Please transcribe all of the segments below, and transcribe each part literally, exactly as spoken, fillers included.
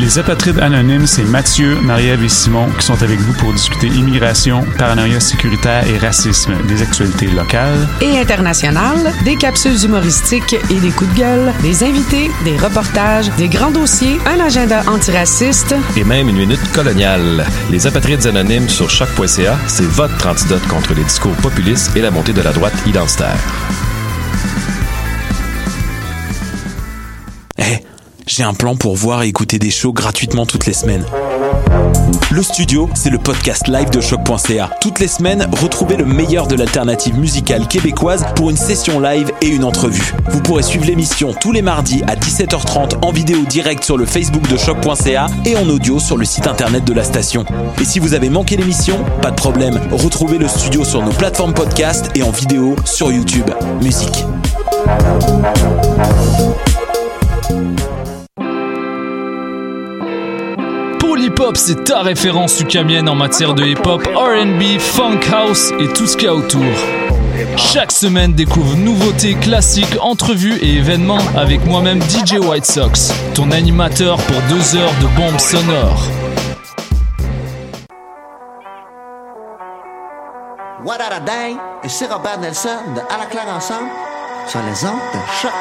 Les Apatrides Anonymes, c'est Mathieu, Marie-Ève et Simon qui sont avec vous pour discuter immigration, paranoïa sécuritaire et racisme, des actualités locales et internationales, des capsules humoristiques et des coups de gueule, des invités, des reportages, des grands dossiers, un agenda antiraciste et même une minute coloniale. Les Apatrides Anonymes sur choc point c a, c'est votre antidote contre les discours populistes et la montée de la droite identitaire. Hey, j'ai un plan pour voir et écouter des shows gratuitement toutes les semaines. Le Studio, c'est le podcast live de choc point c a. Toutes les semaines, retrouvez le meilleur de l'alternative musicale québécoise pour une session live et une entrevue. Vous pourrez suivre l'émission tous les mardis à dix-sept heures trente en vidéo direct sur le Facebook de choc point c a et en audio sur le site internet de la station. Et si vous avez manqué l'émission, pas de problème. Retrouvez le Studio sur nos plateformes podcast et en vidéo sur YouTube. Musique. Polypop, c'est ta référence ukamienne en matière de hip-hop, R and B, funk house et tout ce qu'il y a autour. Chaque semaine, découvre nouveautés, classiques, entrevues et événements avec moi-même D J White Sox, ton animateur pour deux heures de bombes sonores. What a day! Et c'est Robert Nelson de À la claire ensemble sur les ondes de choc.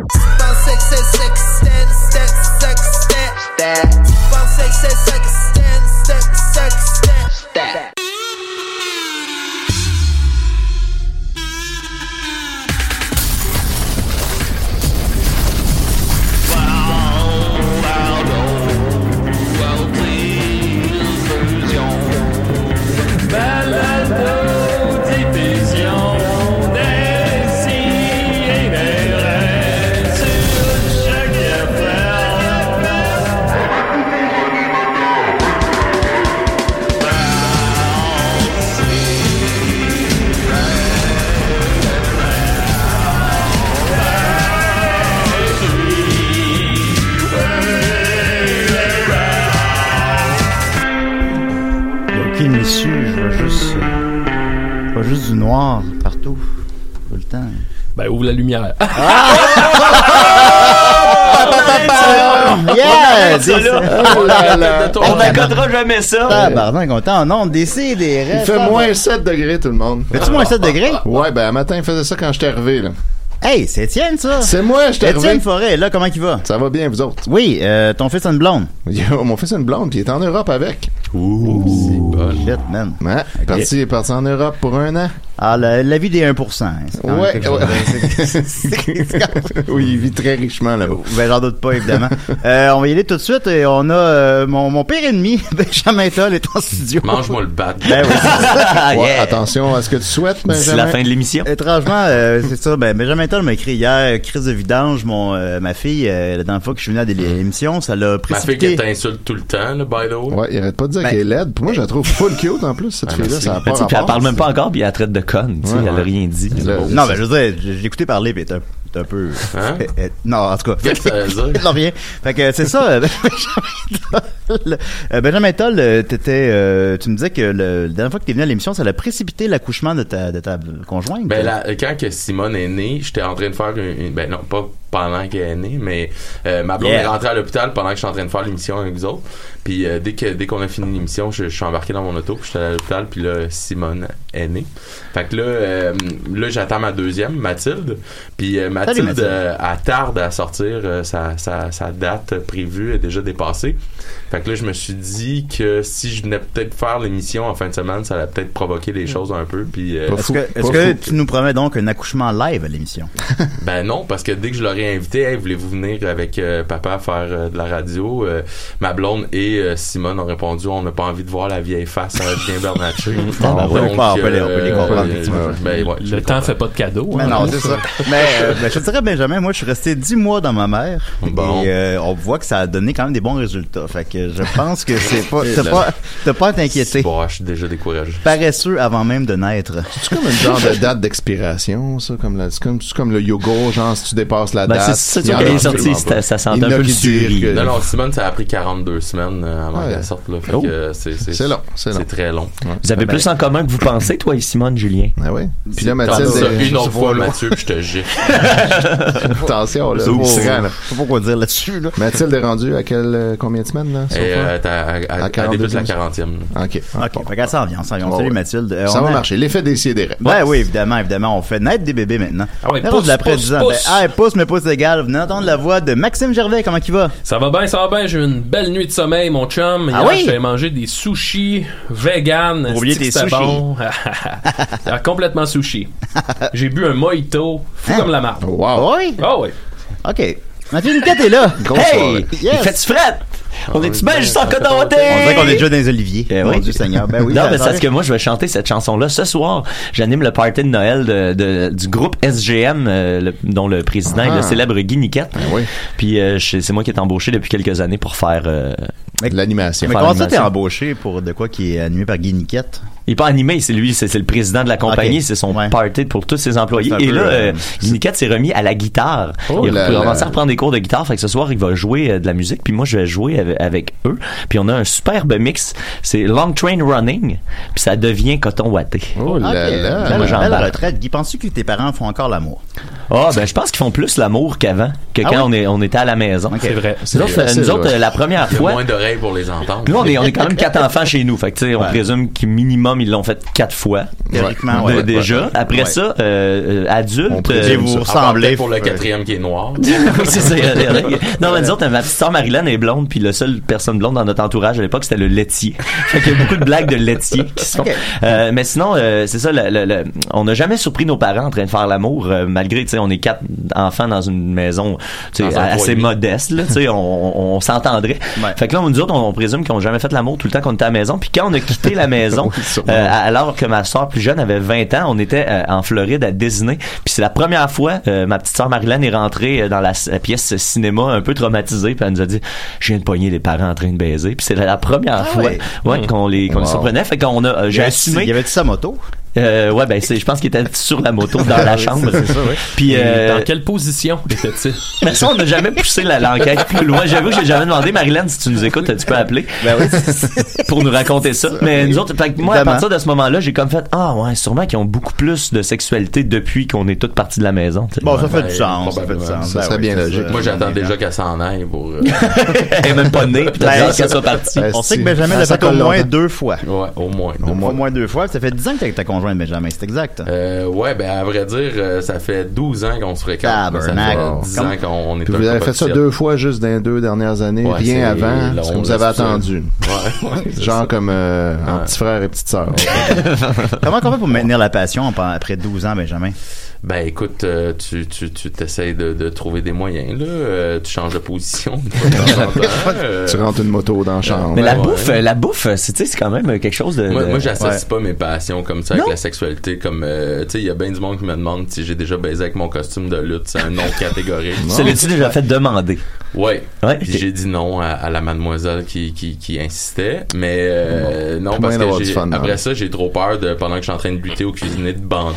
Juste du noir partout, tout le temps. Ben, ouvre la lumière. Ah! Yes! On n'accordera jamais ça. Tabarnak, on est en onde, décide. Il fait moins sept degrés, tout le monde. Fais-tu moins sept degrés? Ouais, ben, un matin, il faisait ça quand j'étais arrivé, là. Hey, c'est Étienne, ça? C'est moi, je t'ai arrivé. Étienne Forêt, là, comment il va? Ça va bien, vous autres? Oui, euh, ton fils a une blonde. Yo, mon fils a une blonde, puis il est en Europe avec. Ouh, c'est bon. Shit, man. Ouais, okay. parti, il est parti en Europe pour un an. Ah, la, la vie des un pour cent. C'est quand ouais, même quelque ouais. chose de... Oui, il vit très richement là-bas. Ben, j'en doute pas, évidemment. euh, on va y aller tout de suite et on a euh, mon, mon pire ennemi, Benjamin Toll, est en studio. Mange-moi le bat. Ben oui. Ouais, yeah. Attention à ce que tu souhaites, Benjamin. C'est la fin de l'émission. Étrangement, euh, c'est ça. Ben, Benjamin Toll m'a écrit hier, crise de vidange, mon, euh, ma fille, euh, la dernière fois que je suis venu à l'émission, ça l'a précipité. Ma fille qui t'insulte tout le temps, là, by the way. Ouais, il arrête pas de dire ben, qu'elle est laide. Pour moi, je la trouve full cute en plus, cette ah, fille-là. Ça a pas rapport. Puis elle parle même pas encore, puis elle la traite de conne. Tu sais, elle a rien dit. Là, non, ben, je veux dire, j'ai écouté parler, pis t'es un, t'es un peu... Hein? non, en tout cas. Qu'est-ce que ça veut dire? Non, rien. Fait que c'est ça, Benjamin Toll. Benjamin Toll, t'étais, euh, tu me disais que le, la dernière fois que t'es venu à l'émission, ça a précipité l'accouchement de ta, de ta conjointe. Ben, la, quand que Simone est née, j'étais en train de faire une, une ben non, pas pendant qu'elle est née, mais euh, ma blonde yeah. est rentrée à l'hôpital pendant que je suis en train de faire l'émission avec vous autres. Puis euh, dès que dès qu'on a fini l'émission, je, je suis embarqué dans mon auto, puis j'étais allé à l'hôpital, puis là Simone est née. Fait que là, euh, là j'attends ma deuxième, Mathilde. Puis euh, Mathilde, Salut, Mathilde. Euh, elle tarde à sortir, euh, sa, sa, sa date prévue est déjà dépassée. Fait que là, je me suis dit que si je venais peut-être faire l'émission en fin de semaine, ça allait peut-être provoquer les choses un peu. Puis euh, est-ce que, est-ce que tu nous promets donc un accouchement live à l'émission? Ben non, parce que dès que je l'aurais invité, hey, voulez-vous venir avec euh, papa faire euh, de la radio? Euh, ma blonde et euh, Simone ont répondu, on n'a pas envie de voir la vieille face à Julien Bernatchez. on, on, peut pas, on, peut les, on peut les comprendre. Euh, ben, ouais, le temps fait pas de cadeau. Mais hein, non, c'est ça. Mais euh, ben, je te dirais, Benjamin, moi, je suis resté dix mois dans ma mère. Bon. Et euh, on voit que ça a donné quand même des bons résultats. Fait que je pense que c'est pas, t'as pas, t'as pas à t'inquiéter. Bon, je suis déjà découragé. Paresseux avant même de naître. C'est comme une genre de date d'expiration, ça, comme la, c'est comme, c'est comme le yogourt, genre si tu dépasses la Ben, date. c'est ça, quand elle est sortie, ça, ça sentait un peu le suri. Non, non, Simone, ça a pris quarante-deux semaines euh, avant Ouais. qu'elle sorte, là. Fait Oh. que c'est, c'est, C'est long, c'est long. C'est très long. Vous avez Ben, plus en commun que vous pensez, toi et Simone, Julien. Ah oui. Puis là, T'en Mathilde, dis ça euh, une autre je sais fois, pas, là. Mathieu, puis je te gifle. Attention, là. Ça, Au c'est- tyran, là. Je sais pas quoi dire là-dessus, là. Mathilde est rendue à quel, euh, combien de semaines, là? so Et far? euh, t'as, à, à, à, quarante-deux début de la semaines. quarantième. là. OK. OK, fait qu'elle s'en vient, on s'en vient. On Oh, salue ouais. Mathilde. Euh, Ça on va a- marcher. L'effet décidéré. Ben oui, évidemment, évidemment. On fait naître des bébés maintenant. Ah ouais, Mais pousse, après pousse, dix ans, pousse. ben, hey, pousse, mais pouce égal. Vous venez d'entendre la voix de Maxime Gervais. Comment il va? Ça va bien, ça va bien. J'ai eu une belle nuit de sommeil, mon chum. Ah Hier, oui? j'avais mangé des sushis vegan. Pour oublier Esti que tes c'était sushis. bon. Ah, complètement sushi. J'ai bu un mojito, fou Hein? comme la marde. Wow. Oui? Ah oui. OK. Mathieu Niquette est là. Grosse Hey! soirée. Il fait-tu fret? On est-tu bien juste en coton On dirait qu'on est déjà dans les oliviers. Eh Mon oui. Dieu Seigneur. Ben oui. non, ça- mais ça c'est parce arrive. que moi, je vais chanter cette chanson-là ce soir. J'anime le party de Noël de, de- du groupe S G M, euh, le- dont le président est Ah. le célèbre Guy Niquette. oui. Puis euh, je- c'est moi qui est embauché depuis quelques années pour faire... euh, Mais- De l'animation. Mais faire comment ça t'es l'animation. embauché pour de quoi qui est animé par Guy Niquette? Il est pas animé, c'est lui, c'est, c'est le président de la compagnie, Ok. c'est son Ouais. party pour tous ses employés. C'est un Et peu, là, euh, euh, Guy Niquette s'est remis à la guitare. Oh il a là commencé là. à reprendre des cours de guitare, fait que ce soir, il va jouer euh, de la musique, puis moi, je vais jouer avec, avec eux. Puis on a un superbe mix, c'est Long Train Running, puis ça devient Coton Watté. Oh là Ok. là. Moi, Belle, j'en belle bats. retraite. Guy, penses-tu que tes parents font encore l'amour? Ah, ben je pense qu'ils font plus l'amour qu'avant, que Ah quand oui? on, est, on était à la maison. Ok. C'est vrai. Nous autres, euh, nous autres, euh, la première Il y a fois... moins d'oreilles pour les entendre. Nous, on est, on est quand même quatre enfants chez nous. Fait que, tu sais, on Ouais. présume qu'ils minimum, ils l'ont fait quatre fois. Théoriquement, De- ouais. déjà. Ouais. Après Ouais. ça, euh, euh, On adulte, présume euh, vous À part ressemblez. peut-être pour le quatrième qui est noir. oui, c'est ça. Non, mais nous autres, ma petite sœur Marilyn est blonde, puis la seule personne blonde dans notre entourage à l'époque, c'était le laitier. Fait qu'il y a beaucoup de blagues de laitier qui se font. Ok. Euh, mais sinon, euh, c'est ça, le, le- le- on n'a jamais surpris nos parents en train de faire l'amour, euh, malgré, tu sais, on est quatre enfants dans une maison, tu sais, Dans un assez foyer. modeste, là, tu sais, on, on, on s'entendrait. Ouais. Fait que là, nous autres, on, on présume qu'ils ont jamais fait l'amour tout le temps qu'on était à la maison, puis quand on a quitté la maison, Oui, sûrement. euh, alors que ma sœur plus jeune avait vingt ans, on était euh, en Floride à Disney, puis c'est la première fois, euh, ma petite sœur Marilyn est rentrée euh, dans la, la pièce cinéma un peu traumatisée, puis elle nous a dit, je viens de pogner les parents en train de baiser, puis c'est la, la première Ah fois ouais. ouais, qu'on les qu'on les Wow. surprenait, fait qu'on a, euh, j'ai assumé. Il y avait sa moto. Euh, ouais, ben c'est, je pense qu'il était sur la moto dans la chambre. C'est ça, oui. Puis euh, Dans quelle position était-il? mais ça, on n'a jamais poussé la, l'enquête plus loin. J'avoue que j'ai jamais demandé, Marilyn, si tu nous écoutes, tu peux appeler Ben oui. pour nous raconter ça. Mais nous autres, fait que moi, à Évidemment. partir de ce moment-là, j'ai comme fait, ah ouais, sûrement qu'ils ont beaucoup plus de sexualité depuis qu'on est toutes partis de la maison. tu sais. Bon, ça fait du Ouais, sens. Ça fait du probablement. sens. Ça Ben serait oui, bien c'est logique. ça. Moi, j'attends déjà qu'elle s'en aille pour. euh, Elle est même pas née, puis t'as Ben, dit qu'elle soit partie. Euh, On sait que si. Benjamin Ah, l'a ça fait au colle moins longtemps. deux fois. Ouais, au moins. Au moins deux fois. Ça fait dix ans que t'es avec ta conjointe, Benjamin. C'est exact. Euh, ouais, ben à vrai dire, euh, ça fait douze ans qu'on se fréquente. mais ça fait Tabarnak. dix Comme- ans qu'on on est Puis un vous avez couple fait ça officiel. deux fois juste dans les deux dernières années, Ouais, c'est rien avant, long, ce que vous là, avez c'est ça. attendu. Ouais, ouais, c'est Genre ça. comme euh, un Ouais. petit frère et petite sœur. Comment on fait pour maintenir la passion en- après douze ans, Benjamin? Ben écoute, euh, tu tu tu t'essayes de, de trouver des moyens là, euh, tu changes de position une fois de temps en temps, euh, Tu rentres une moto dans la chambre. Mais la ouais. bouffe, euh, la bouffe, c'est, tu sais, c'est quand même quelque chose de. Moi, de- moi j'associe ouais. pas mes passions comme ça Non. avec la sexualité. Comme, euh, tu sais, il y a bien du monde qui me demande si j'ai déjà baisé avec mon costume de lutte. C'est un nom catégorique. Ça l'as-tu déjà fait demander? Ouais. Ouais, Puis ok. j'ai dit non à, à la mademoiselle qui, qui, qui insistait. Mais euh, non, Puis parce moyen d'avoir que du j'ai, fun, après hein. ça, j'ai trop peur de, pendant que je suis en train de lutter au cuisinier, de bander.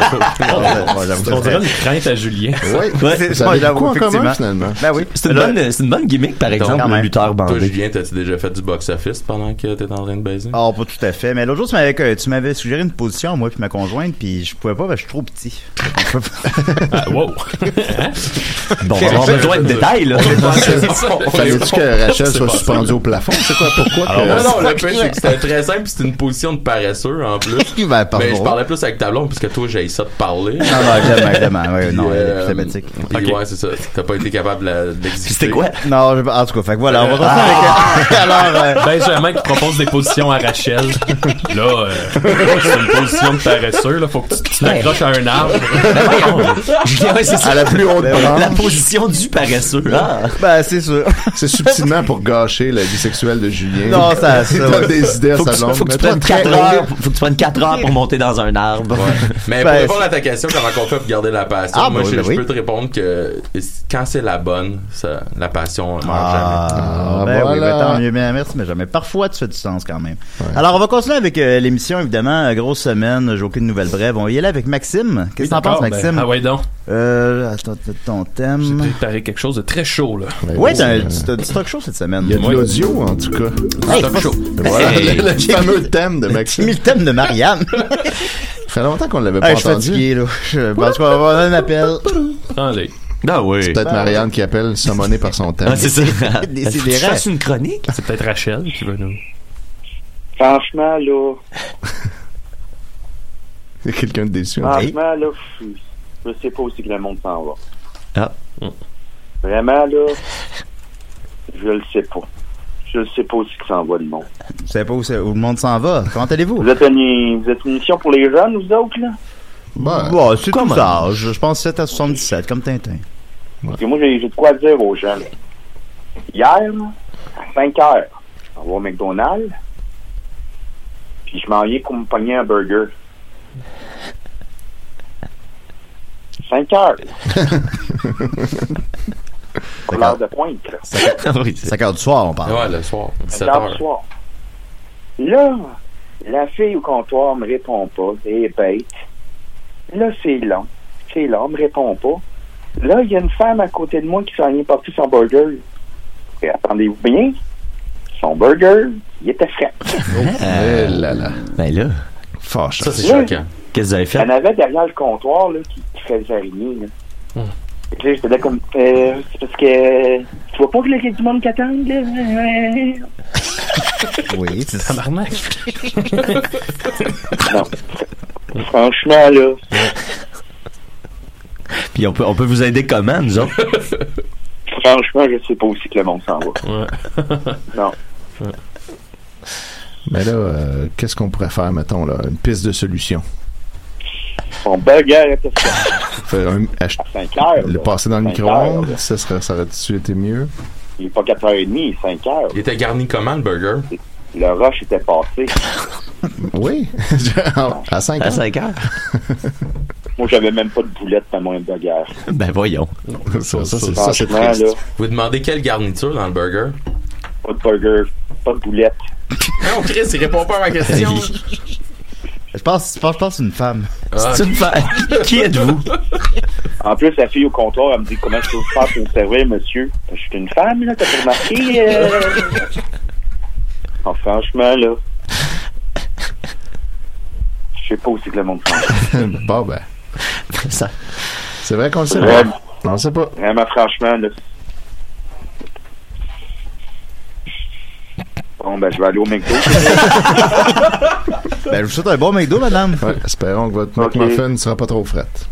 On dirait une crainte à Julien. Oui, Ouais. vous avez j'avoue, beaucoup en commun effectivement. finalement. Ben oui. C'est une, Là- bonne, c'est une bonne gimmick, par exemple, quand le même. lutteur Toi, bandé. Julien, t'as-tu déjà fait du box-office pendant que t'étais en train de baiser? Oh, pas tout à fait. Mais l'autre jour, tu m'avais, que- tu m'avais suggéré une position, moi puis ma conjointe, puis je pouvais pas parce que je suis trop petit. Ah, wow. Bon, on va avoir besoin de détails, là. Fallait-tu que Rachel soit suspendue au plafond? C'est quoi? Pourquoi? que- Non, non, le pire, c'est que c'était très simple, puis c'était une position de paresseux, en plus. Ben, pardon. Mais je parlais plus avec ta blonde, parce que toi, j'ai ça de parler. Non, non, évidemment, évidemment. Ouais, non, Puis, elle est euh, plus sympathique. puis Ok. ouais, c'est ça. T'as pas été capable de la- d'exister. Puis c'était quoi? Non, je- en tout cas, fait que voilà, on va continuer avec. Alors, euh, Benjamin qui propose des positions à Rachel. Là, euh, c'est une position de paresseux. Là, faut que tu tu t'accroches à un arbre. Ben voyons. Julien, ouais, c'est ça. À la plus haute La branche. position du paresseux. Ah. ben, c'est sûr. C'est subtilement pour gâcher la vie sexuelle de Julien. Non, ça- ça, Il donne ouais. des idées à Faut que, sa tu, blonde. faut que tu Mais toi, prennes très quatre haut. heures, faut que tu prennes quatre heures pour monter dans un arbre. Mais Ben, pour répondre à ta question, comment on fait pour garder la passion, Ah, moi, ben je, oui, ben je oui. peux te répondre que quand c'est la bonne, ça, la passion meurt Ah, Ah, ben oui, voilà. ben tant mieux, mais merci, mais jamais. Parfois, tu fais du sens quand même. Alors, on va continuer avec euh, l'émission, évidemment. Euh, Grosse semaine, j'ai aucune nouvelle brève. On va y aller avec Maxime. Qu'est-ce que t'en penses, D'accord, Maxime? ben, ah ouais, donc. Euh, attends, ton thème. J'ai préparé quelque chose de très chaud, là. Ouais, t'as un t'as du talk show cette semaine. Il y a de Ouais. l'audio, en tout cas. Hey, talk show. hey. Voilà, Hey. le, le fameux thème de Maxime. J'ai mis le thème de Marianne. Ça fait longtemps qu'on l'avait Hey, pas je suis entendu. fatigué, là. Je pense qu'on va avoir un appel. Allez. Ah oui. C'est peut-être Marianne qui appelle summonée par son thème. Ah, c'est ça. Des- Est-ce c'est que des tu fasses restes. une chronique? C'est peut-être Rachel qui va nous... Franchement, là, Il y a quelqu'un de déçu. hein. franchement, là, je, je sais pas aussi que le monde s'en va. Ah. Vraiment, là, je le sais pas. Je le sais pas aussi que s'en va le monde. Vous savez pas où, c'est- où le monde s'en va. Comment allez-vous? Vous êtes une, vous êtes une émission pour les jeunes, vous autres, là? Ben, Bon, c'est tout comment? ça. Je, je pense sept à soixante-dix-sept, comme Tintin. Parce que moi, j'ai j'ai de quoi dire aux jeunes. Hier, là, à cinq heures, on va au McDonald's, puis je m'en viens pour me pogner un burger. cinq heures. Pour l'heure de pointe, là. Oui, c'est- cinq heures du soir, on parle. Ouais, le soir. cinq sept heures du heures. soir. Là, la fille au comptoir me répond pas. Elle est bête. Là, c'est long. C'est long, elle me répond pas. Là, il y a une femme à côté de moi qui s'en vient porter son burger. Et attendez-vous bien, son burger, il était frais. Euh, Eh là là. Ben là, Fâche. Ça, c'est Ouais. choquant. qu'est-ce que vous avez Il y fait? en avait derrière le comptoir là, qui, qui faisait araigner. Là. Hum. Et puis là, j'étais là comme... Euh, c'est parce que... Tu vois pas que le du monde qui attend, là? Oui, c'est ça. Tabarnak. Non. Franchement, là... Puis on peut, on peut vous aider comment, nous autres? Franchement, je sais pas aussi que le monde s'en va. Ouais. Non. Mais là, euh, qu'est-ce qu'on pourrait faire, mettons, là? Une piste de solution. Son burger était frais. Faire un, ach- À cinq heures. le là. passer dans le cinq micro-ondes, heures, là. ça, serait, ça aurait-tu été mieux? Il est pas quatre heures trente, il est cinq heures. Il était garni comment, le burger? Le rush était passé. Oui. À cinq À heures. cinq heures? Moi, j'avais même pas de boulette dans mon burger. Ben voyons. Ça, ça, c'est, ça, c'est Franchement, triste. là, Vous demandez quelle garniture dans le burger? pas de burger, pas de boulette. Non, Chris, il répond pas à ma question. Je pense, je pense, je pense que c'est une femme. Ah, C'est une femme. Qui êtes-vous? En plus, la fille au comptoir, elle me dit comment je peux vous faire pour vous servir, monsieur. Je suis une femme, là, t'as pas remarqué? Euh... Oh, franchement, là. Je sais pas aussi que le monde s'en va. Bon, ben. Ça. C'est vrai qu'on le sait Ouais. pas. On le sait pas. Vraiment, franchement, là. Bon, ben, je vais aller au McDo. Ben, je vous souhaite un bon McDo, madame. Ouais, espérons que votre Ok. McMuffin ne sera pas trop frette.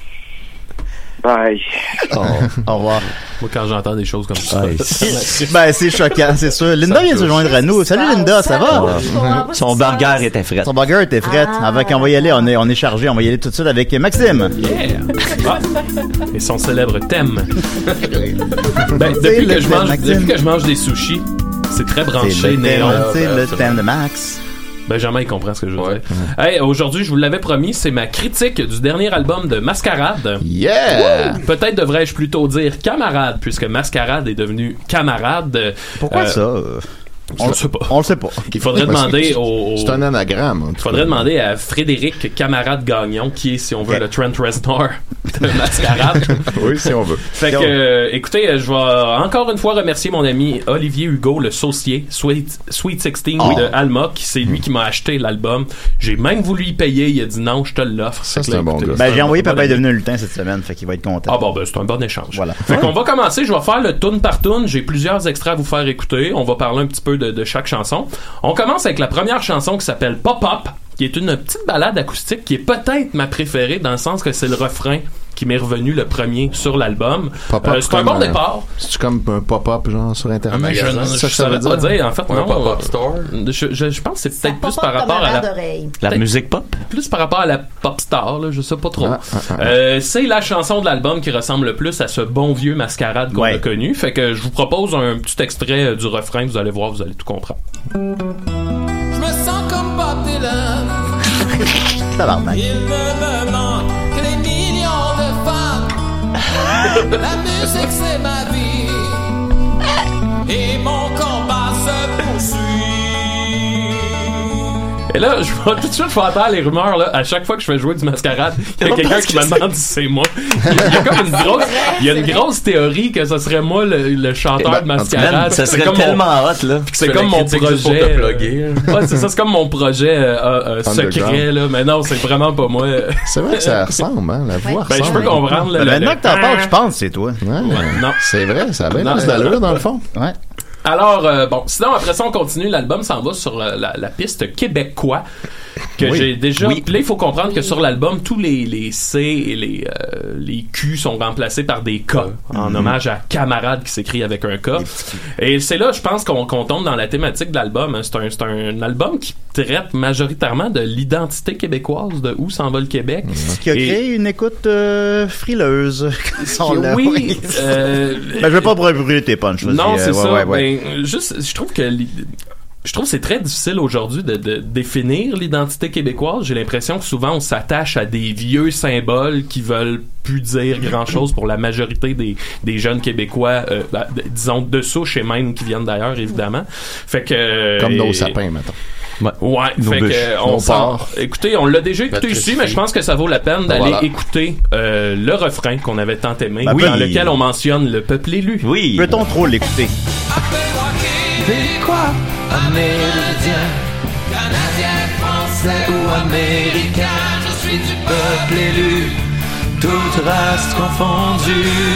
Bye. Oh, au revoir. Moi, quand j'entends des choses comme ça. Ouais, Ben, c'est choquant, c'est sûr. Linda vient de se joindre à nous. Salut, Linda, ça va? Son burger était frais. Son burger était fret. Avant qu'on va y aller, on est, on est chargé. On va y aller tout de suite avec Maxime. Yeah! Ah. Et son célèbre thème. Ben, C'est depuis le que, je thème, mange, Maxime. depuis que je mange des sushis, c'est très C'est branché, le néon. thème, c'est ben, le absolument. thème de Max. Benjamin, il comprend ce que je veux Ouais. dire. Hey, aujourd'hui, je vous l'avais promis, c'est ma critique du dernier album de Mascarade. Yeah! Peut-être devrais-je plutôt dire Camarade, puisque Mascarade est devenu Camarade. Pourquoi Euh, ça? Je ne sais pas. On le sait pas. Il faudrait demander au... au- C'est un anagramme. en tout Il faudrait cas. demander à Frédéric Camarade Gagnon, qui est, si on veut, le Trent Reznor de Mascarade. Oui, si on veut. Fait que, euh, écoutez, euh, je vais encore une fois remercier mon ami Olivier Hugo, le saucier, Sweet, Sweet sixteen Oh. de Alma, qui c'est lui qui m'a acheté l'album. J'ai même voulu y payer, il a dit non, je te l'offre. Ça, Fait c'est que là, un bon écoutez, gars. c'est Ben, j'ai un envoyé bon Papa est ami. devenu un lutin cette semaine, fait qu'il va être content. Ah bon, ben c'est un bon échange. Voilà. Fait qu'on va commencer, je vais faire le tune par tune. J'ai plusieurs extraits à vous faire écouter. On va parler un petit peu de, de chaque chanson. On commence avec la première chanson qui s'appelle Pop Up, qui est une petite balade acoustique qui est peut-être ma préférée dans le sens que c'est le refrain qui m'est revenu le premier sur l'album. Pop-up Euh, c'est un comme bon un- départ. C'est-tu comme un pop-up, genre, sur Internet? Je, C'est je, ça je que ça veut saurais pas dire? dire. En fait, Ouais, non. un pop-up store. Je, je, je pense que c'est peut-être plus pop-up par rapport comme un à verre la... d'oreille. La Peut-être musique pop? Plus par rapport à la pop star, là, je sais pas trop. Ah, ah, ah. Euh, c'est la chanson de l'album qui ressemble le plus à ce bon vieux Mascarade qu'on Ouais. a connu. Fait que je vous propose un petit extrait euh, du refrain, vous allez voir, vous allez tout comprendre. Je me sens comme Bob Dylan. Tabarnak. Il ne me manque que les millions de femmes. La musique c'est ma vie. Et mon combat se poursuit. Et là, je vais tout de suite faire taire les rumeurs, là. À chaque fois que je fais jouer du Mascarade, il y a quelqu'un qui me demande si c'est moi. Il y a comme une grosse, il y a une grosse théorie que ce serait moi le, le chanteur ben, de Mascarade. Ça serait tellement mon, hot, là. C'est comme mon projet. Euh, ouais, c'est ça, c'est comme mon projet euh, euh, secret, là. Mais non, c'est vraiment pas moi. C'est vrai que ça ressemble, hein. La voix ben, ressemble. je peux comprendre. Ben, maintenant que t'en parles, je pense que c'est toi. Ouais, ouais, non. C'est vrai, ça a bien non, plus d'allure, dans le fond. Ouais. Alors, euh, bon, sinon, après ça, on continue. L'album s'en va sur la, la, la piste québécois que oui. j'ai déjà... Oui. Puis là, il faut comprendre que sur l'album, tous les, les C et les, euh, les Q sont remplacés par des K, mm-hmm. en hommage à Camarade qui s'écrit avec un K. Et c'est là, je pense, qu'on, qu'on tombe dans la thématique de l'album. Hein. C'est, un, c'est un album qui traite majoritairement de l'identité québécoise, de où s'en va le Québec. Ce qui a et... créé une écoute euh, frileuse. Là. Oui. euh, ben, je vais pas brûler tes punchs. Non, c'est euh, ça. Ouais, ouais, ouais. Ben, juste, je trouve que... Je trouve que c'est très difficile aujourd'hui de, de définir l'identité québécoise. J'ai l'impression que souvent on s'attache à des vieux symboles qui veulent plus dire grand-chose pour la majorité des, des jeunes Québécois, euh, bah, disons de souche et même qui viennent d'ailleurs, évidemment. Fait que... Comme nos et, sapins, maintenant. Ouais, ouais fait que euh, on part. Écoutez, on l'a déjà écouté ici, mais je pense que ça vaut la peine d'aller voilà. écouter euh, le refrain qu'on avait tant aimé, bah, oui. dans lequel on mentionne le peuple élu. Oui. Peut-on trop l'écouter? Québécois, Amérindien, Canadien, Français ou Américain, je suis du peuple élu, toute race confondue.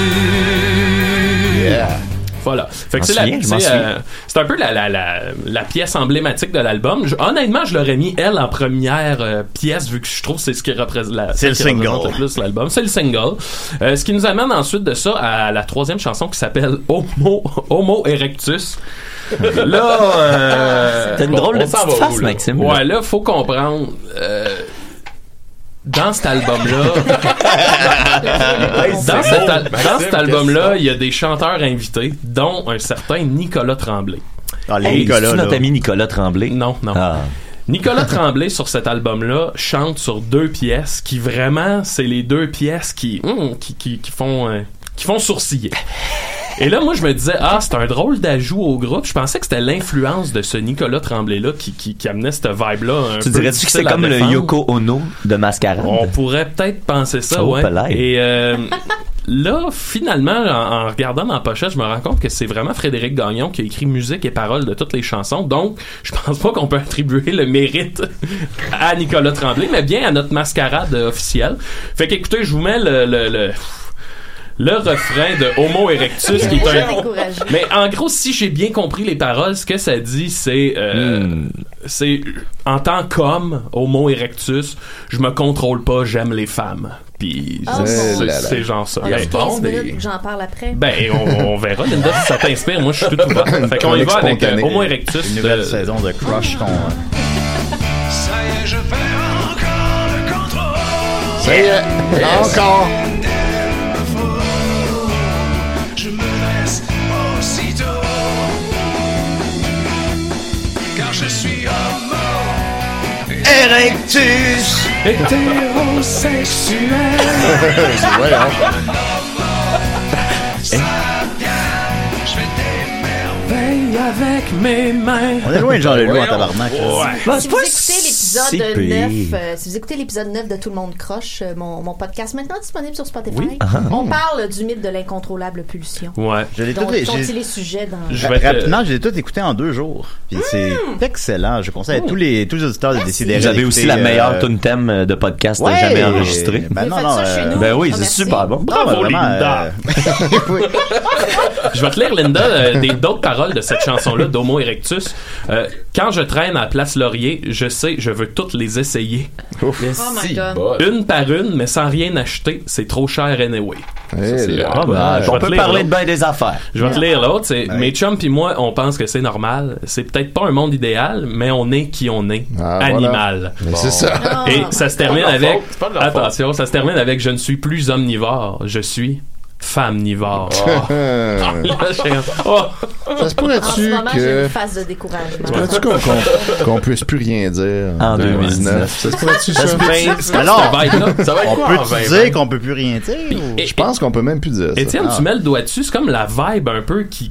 Yeah. Voilà. Fait que c'est, souviens, la, c'est, euh, c'est un peu la, la, la, la pièce emblématique de l'album. Je, honnêtement, je l'aurais mis, elle, en première euh, pièce, vu que je trouve que c'est ce qui représente, la, c'est le single. le plus l'album. C'est le single. Euh, ce qui nous amène ensuite de ça à la troisième chanson qui s'appelle Homo, Homo Erectus. Là, euh, t'as une bon, drôle de petite face, Maxime. Ouais, là, faut comprendre... Euh, dans cet album-là, dans, cet, al- dans cet album-là, il y a des chanteurs invités, dont un certain Nicolas Tremblay. Ah, les hey, Nicolas, c'est là. notre ami Nicolas Tremblay? Non, non. Ah. Nicolas Tremblay, sur cet album-là, chante sur deux pièces qui vraiment, c'est les deux pièces qui, hum, qui, qui, qui font, euh, qui font sourciller. Et là, moi, je me disais, ah, c'est un drôle d'ajout au groupe. Je pensais que c'était l'influence de ce Nicolas Tremblay-là qui, qui, qui amenait cette vibe-là. Un tu peu dirais-tu que c'est comme le Yoko Ono de Mascarade? On pourrait peut-être penser ça, oh, ouais. Palais. Et euh, là, finalement, en, en regardant dans la pochette, je me rends compte que c'est vraiment Frédéric Gagnon qui a écrit musique et paroles de toutes les chansons. Donc, je pense pas qu'on peut attribuer le mérite à Nicolas Tremblay, mais bien à notre Mascarade officielle. Fait qu'écoutez, je vous mets le... le, le le refrain de Homo Erectus qui est un... Mais en gros, si j'ai bien compris les paroles, ce que ça dit, c'est euh, mm. c'est en tant qu'homme, Homo Erectus, je me contrôle pas, j'aime les femmes. Puis oh, c'est, bon. c'est, c'est genre ça. Ben, bon, des... j'en parle après. Ben on, on verra, Linda, si ça t'inspire. Moi, je suis tout ouvert. Fait qu'on y va avec euh, Homo Erectus. Une nouvelle de... saison de Crush qu'on... Ça y est, je perds encore le contrôle. Ça y est, yes. Encore. Je suis homo Erectus hétérosexuel. C'est vrai, hein? Ça vient, je fais des merveilles avec mes mains. On est loin de Jean Leloup en tabarnak. Ouais. Si vous écoutez l'épisode neuf, euh, si vous écoutez l'épisode neuf de Tout le monde croche, euh, mon, mon podcast maintenant disponible sur Spotify, oui. uh-huh. on parle du mythe de l'incontrôlable pulsion. Ouais. Je l'ai donc, tout les, j'ai... les sujets dans... Je vais rapidement, je l'ai tout écouté en deux jours. Puis c'est mmh. excellent. Je conseille à tous les, tous les auditeurs de décider. Vous avez aussi la meilleure euh... tune thème de podcast ouais, jamais enregistrée. Ben non, non. Euh... Ben oui, oh, c'est merci. super bon. Bravo, Bravo Linda. Euh... Je vais te lire, Linda, euh, des, d'autres paroles de cette chanson-là, d'Homo Erectus. Euh, quand je traîne à Place Laurier, je sais, je veux toutes les essayer. Ouf. Oh my God. Une par une, mais sans rien acheter, c'est trop cher anyway. Hey, ça, c'est là, ah, ben, on peut parler de bien des affaires. Je vais te lire l'autre. C'est ben. Mes chums pis moi, on pense que c'est normal. C'est peut-être pas un monde idéal, mais on est qui on est. Ah, animal. Voilà. Bon. C'est ça. Et ça se termine avec. Attention, ça se termine avec je ne suis plus omnivore, je suis femme-nivore. Oh. oh. Ça se pourrait-tu en ce moment, que... j'ai une phase de découragement. Ça se pourrait-tu qu'on, qu'on, qu'on puisse plus rien dire en deux mille dix-neuf? Ça se pourrait-tu ça? Ça peut Alors, ça va être on peut dire qu'on peut plus rien dire? Ou... Je pense qu'on peut même plus dire ça. Étienne, ah. tu mets le doigt dessus, c'est comme la vibe un peu qui... qui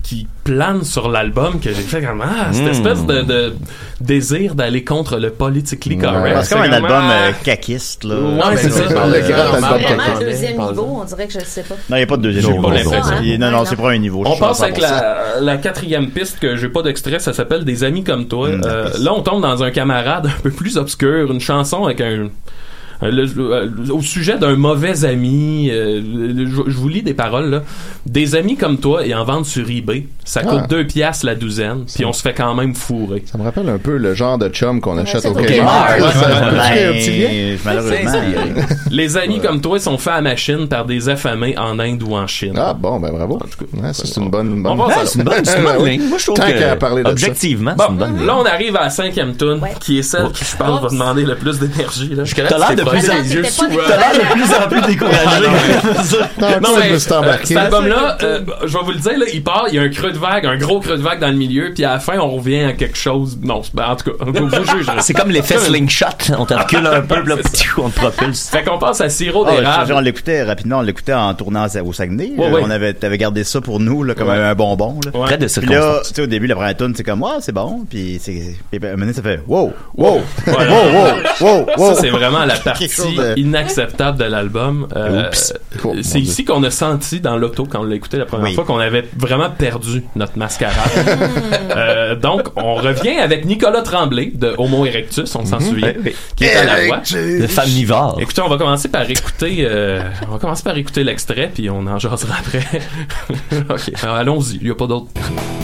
plane sur l'album que j'ai fait comme ah cette Mm. espèce de, de désir d'aller contre le politically correct. C'est comme un album euh, caquiste, là. Ouais, c'est ça. C'est vraiment un deuxième niveau, on dirait que je ne sais pas. Non, il n'y a pas de deuxième niveau. J'ai pas l'impression. Il- Non, non, c'est pas un niveau. On je passe suis avec la, la quatrième piste que j'ai pas d'extrait, ça s'appelle Des amis comme toi. Mm, Euh, là, on tombe dans un camarade un peu plus obscur, une chanson avec un... un- le- le- au sujet d'un mauvais ami, euh, le- je je vous lis des paroles là. Des amis comme toi et en vente sur eBay, ça coûte Ah. deux piastres la douzaine, puis on se fait quand même fourrer. Ça me rappelle un peu le genre de chum qu'on achète c'est au au Kmart. Kmart. Ouais, ça- Ben, Peux-tu créer un petit lien? malheureusement. Les amis comme toi sont faits à machine par des affamés en Inde ou en Chine. Ah bon, ben bravo. Ouais, ça, c'est une bonne, une bonne. On va Ouais, c'est une bonne, c'est une bonne Ouais, ligne. Moi, je trouve Tant que, qu'à parler de ça. objectivement, Bon, c'est une bonne ligne. là, on arrive à la cinquième tune, qui est celle qui, je pense, va demander le plus d'énergie. Là. T'as l'air de plus en- les yeux sous, T'as l'air de plus en plus découragé. Non, mais mais c'est euh, embarqué. cet album-là, euh, je vais vous le dire, là, il part, il y a un creux de vague, un gros creux de vague dans le milieu, puis à la fin, on revient à quelque chose. Non, c'est- ben, en tout cas, vous, vous jugerez. C'est comme l'effet slingshot. On te recule un peu, puis là, on te propulse. Fait qu'on passe à Sirop Ah, d'érable. on l'écoutait rapidement, on l'écoutait en tournant au Saguenay. Ouais, Euh, ouais. On avait, t'avais gardé ça pour nous, là, comme Ouais. un, un bonbon, là. Ouais. Près de Puis là, circonstance. tu sais, au début, la première tune, c'est comme, ouais, c'est bon. Puis c'est, puis à un moment donné, ça fait, wow, wow, Voilà. wow, wow, wow, wow. Ça, c'est vraiment la Quelque partie chose de- inacceptable de l'album. Euh, Oups. Oh, mon c'est Dieu. ici qu'on a senti dans l'auto, quand on l'a écouté la première Oui. fois, qu'on avait vraiment perdu notre mascarade. Euh, donc, on revient avec Nicolas Tremblay de Homo erectus, on s'en souvient, Oui, oui. qui est à la voix. Le famnivore. Écoutez, on va commencer par écouter, euh, on va commencer par écouter l'extrait, puis on en jasera après. Ok, alors allons-y, il n'y a pas d'autre.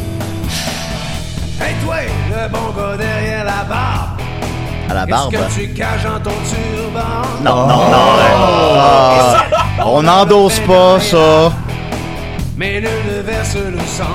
Hey toi, le bon gars derrière la barbe. À la barbe. Qu'est-ce que tu caches dans ton turban? Non, non, non. Ah, on n'endosse pas ça. Mais le verse le sang.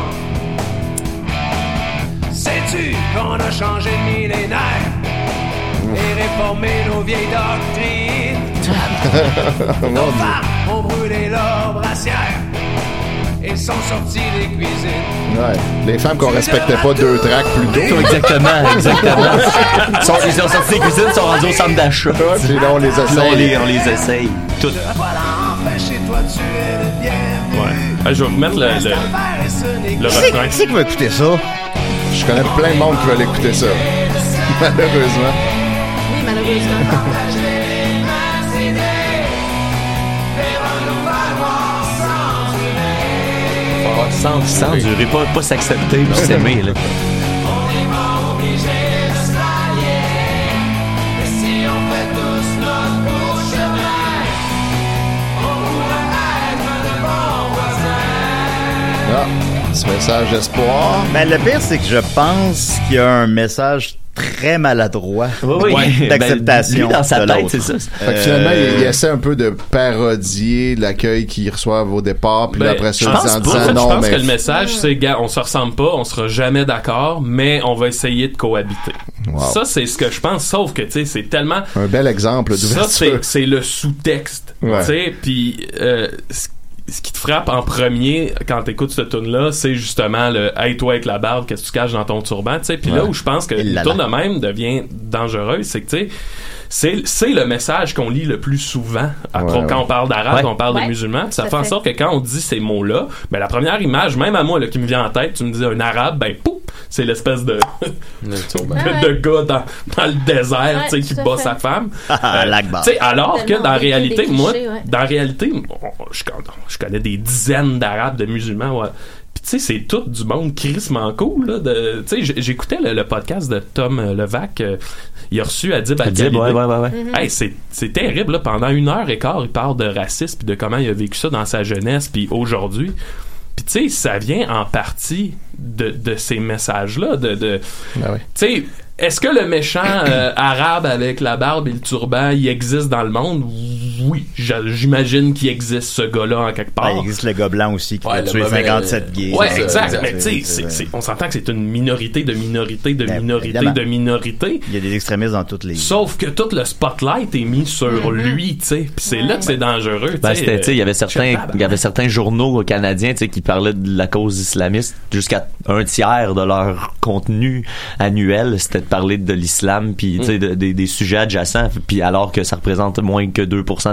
Sais-tu qu'on a changé de millénaire et réformé nos vieilles doctrines? Nos femmes ont brûlé leurs brassières et sont sorties des cuisines. Ouais. Les femmes qu'on respectait pas deux tracks plus tôt. Exactement, exactement. Ils sont, ils ont sorti des cuisines, ils sont rendus au centre d'achat. Ouais, puis là, on les Puis là, on essaye. les, on les essaye. Toutes. Voilà, enfin chez toi tu es le bienvenu. Ouais. Euh, je vais vous mettre le, le, le Qui c'est refrain. qui c'est qui va écouter ça? Je connais plein de monde qui veulent écouter ça. Malheureusement. Oui, malheureusement. Ah, sans, sans durer, pas, pas s'accepter, puis s'aimer, là. Ah, ce message d'espoir. Ben, le pire, c'est que je pense qu'il y a un message très maladroit Oui, oui. d'acceptation Ben, lui, dans sa de tête, l'autre. c'est ça. Fait que finalement, Euh, il, il essaie un peu de parodier l'accueil qu'ils reçoivent au départ, puis Ben, là, après ça, je pense en pas. disant En fait, non, je pense mais... que le message, c'est, gars, on se ressemble pas, on sera jamais d'accord, mais on va essayer de cohabiter. Wow. Ça, c'est ce que je pense, sauf que, tu sais, c'est tellement... Un bel exemple Ça, d'ouverture. c'est, c'est le sous-texte. Ouais. Tu sais, puis euh, ce ce qui te frappe en premier quand t'écoutes ce tune-là, c'est justement le « Hey, toi, avec la barbe, qu'est-ce que tu caches dans ton turban? » Tu sais, puis là Ouais. où je pense que Et le là tune là. de même devient dangereuse, c'est que, tu sais, c'est, c'est le message qu'on lit le plus souvent. Après, Ouais, quand ouais. on parle d'arabe, Ouais. on parle Ouais. de musulmans, puis ça Tout à fait en fait. sorte que quand on dit ces mots-là, ben la première image, même à moi, là, qui me vient en tête, tu me dis un arabe, ben pouf, c'est l'espèce de, Le turban. Ouais. de gars dans, dans le désert, Ouais, tu sais, qui tout à bat fait. sa femme. Ah, l'Akbar. Tu sais, alors que Tellement dans la vécu des réalité, clichés, moi, ouais. dans la réalité, on- je, je connais des dizaines d'arabes, de musulmans, ouais. Puis tu sais, c'est tout du monde crissement cool, là. de- Tu sais, j- j'écoutais le, le podcast de Tom euh, Levac, euh, il a reçu Adib Adib, Al-Khalidi. ouais, ouais, ouais, ouais. Hey, c'est, c'est terrible, là. Pendant une heure et quart, il parle de racisme puis de comment il a vécu ça dans sa jeunesse puis aujourd'hui. Puis tu sais, ça vient en partie de, de ces messages-là, de... de Ah ouais. tu sais, est-ce que le méchant euh, arabe avec la barbe et le turban, il existe dans le monde? Oui, j'a- j'imagine qu'il existe ce gars-là en quelque part. Ah, il existe le gars blanc aussi qui Ouais, a le tué mauvais- cinquante-sept gays. Ouais, ça, exact. exact. Mais tu sais, C'est- c'est- c'est- c'est- on s'entend que c'est une minorité de minorité de Ben, minorité évidemment. de minorité. Il y a des extrémistes dans toutes les... Sauf que tout le spotlight est mis sur lui, tu sais. Puis c'est là que c'est dangereux. Ben, tu sais. c'était, tu sais, il y avait certains, Tabarnak. il y avait certains journaux canadiens, tu sais, qui parlaient de la cause islamiste. Jusqu'à un tiers de leur contenu annuel, c'était de parler de l'islam, puis tu sais, de- des, des sujets adjacents. Puis alors que ça représente moins que deux pour cent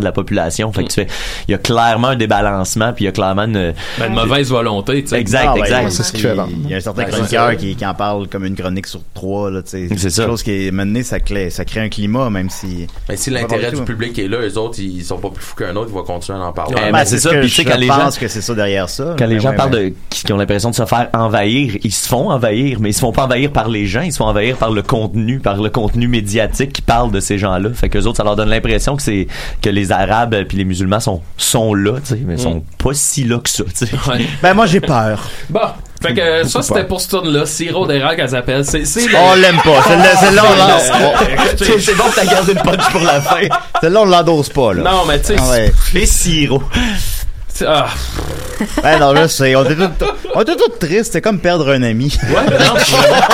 de la population. Fait que tu fais, il y a clairement un débalancement, puis il y a clairement une, ben, une mauvaise volonté, tu sais. Exact, ah, exact. Ouais, c'est ce qui fait vendre. Il y a un certain chroniqueur qui, qui en parle comme une chronique sur trois, là, tu sais. C'est ça. Quelque chose qui est mené, ça crée, ça crée un climat, même si. Mais si l'intérêt du public est là, eux autres, ils sont pas plus fous qu'un autre, ils vont continuer à en parler. Ouais, ben, ben, c'est, c'est ça. Puis tu sais, quand les gens, je pense que c'est ça derrière ça. Quand les gens ouais, parlent ouais. de, qui, qui ont l'impression de se faire envahir, ils se font envahir, mais ils se font pas envahir par les gens, ils se font envahir par le contenu, par le contenu médiatique qui parle de ces gens-là. Fait que les autres, ça leur donne l'impression que c'est, que les Arabes puis les musulmans sont, sont là, tu sais, mais ils sont mm. pas si là que ça, tu sais. Ouais. Ben, moi, j'ai peur. Bon. Fait que ça, c'était pour ce tourne-là. Sirop d'érable qu'elle s'appelle. C'est, c'est le... On l'aime pas. Celle-là, celle-là on l'endose. C'est, c'est bon que t'as gardé une punch pour la fin. Celle-là, on l'endose pas, là. Non, mais tu sais, ah, ouais. Les sirops. Ah. Ben non, là, c'est, on était tous, on était tous tristes, c'est comme perdre un ami. Ouais, ben non,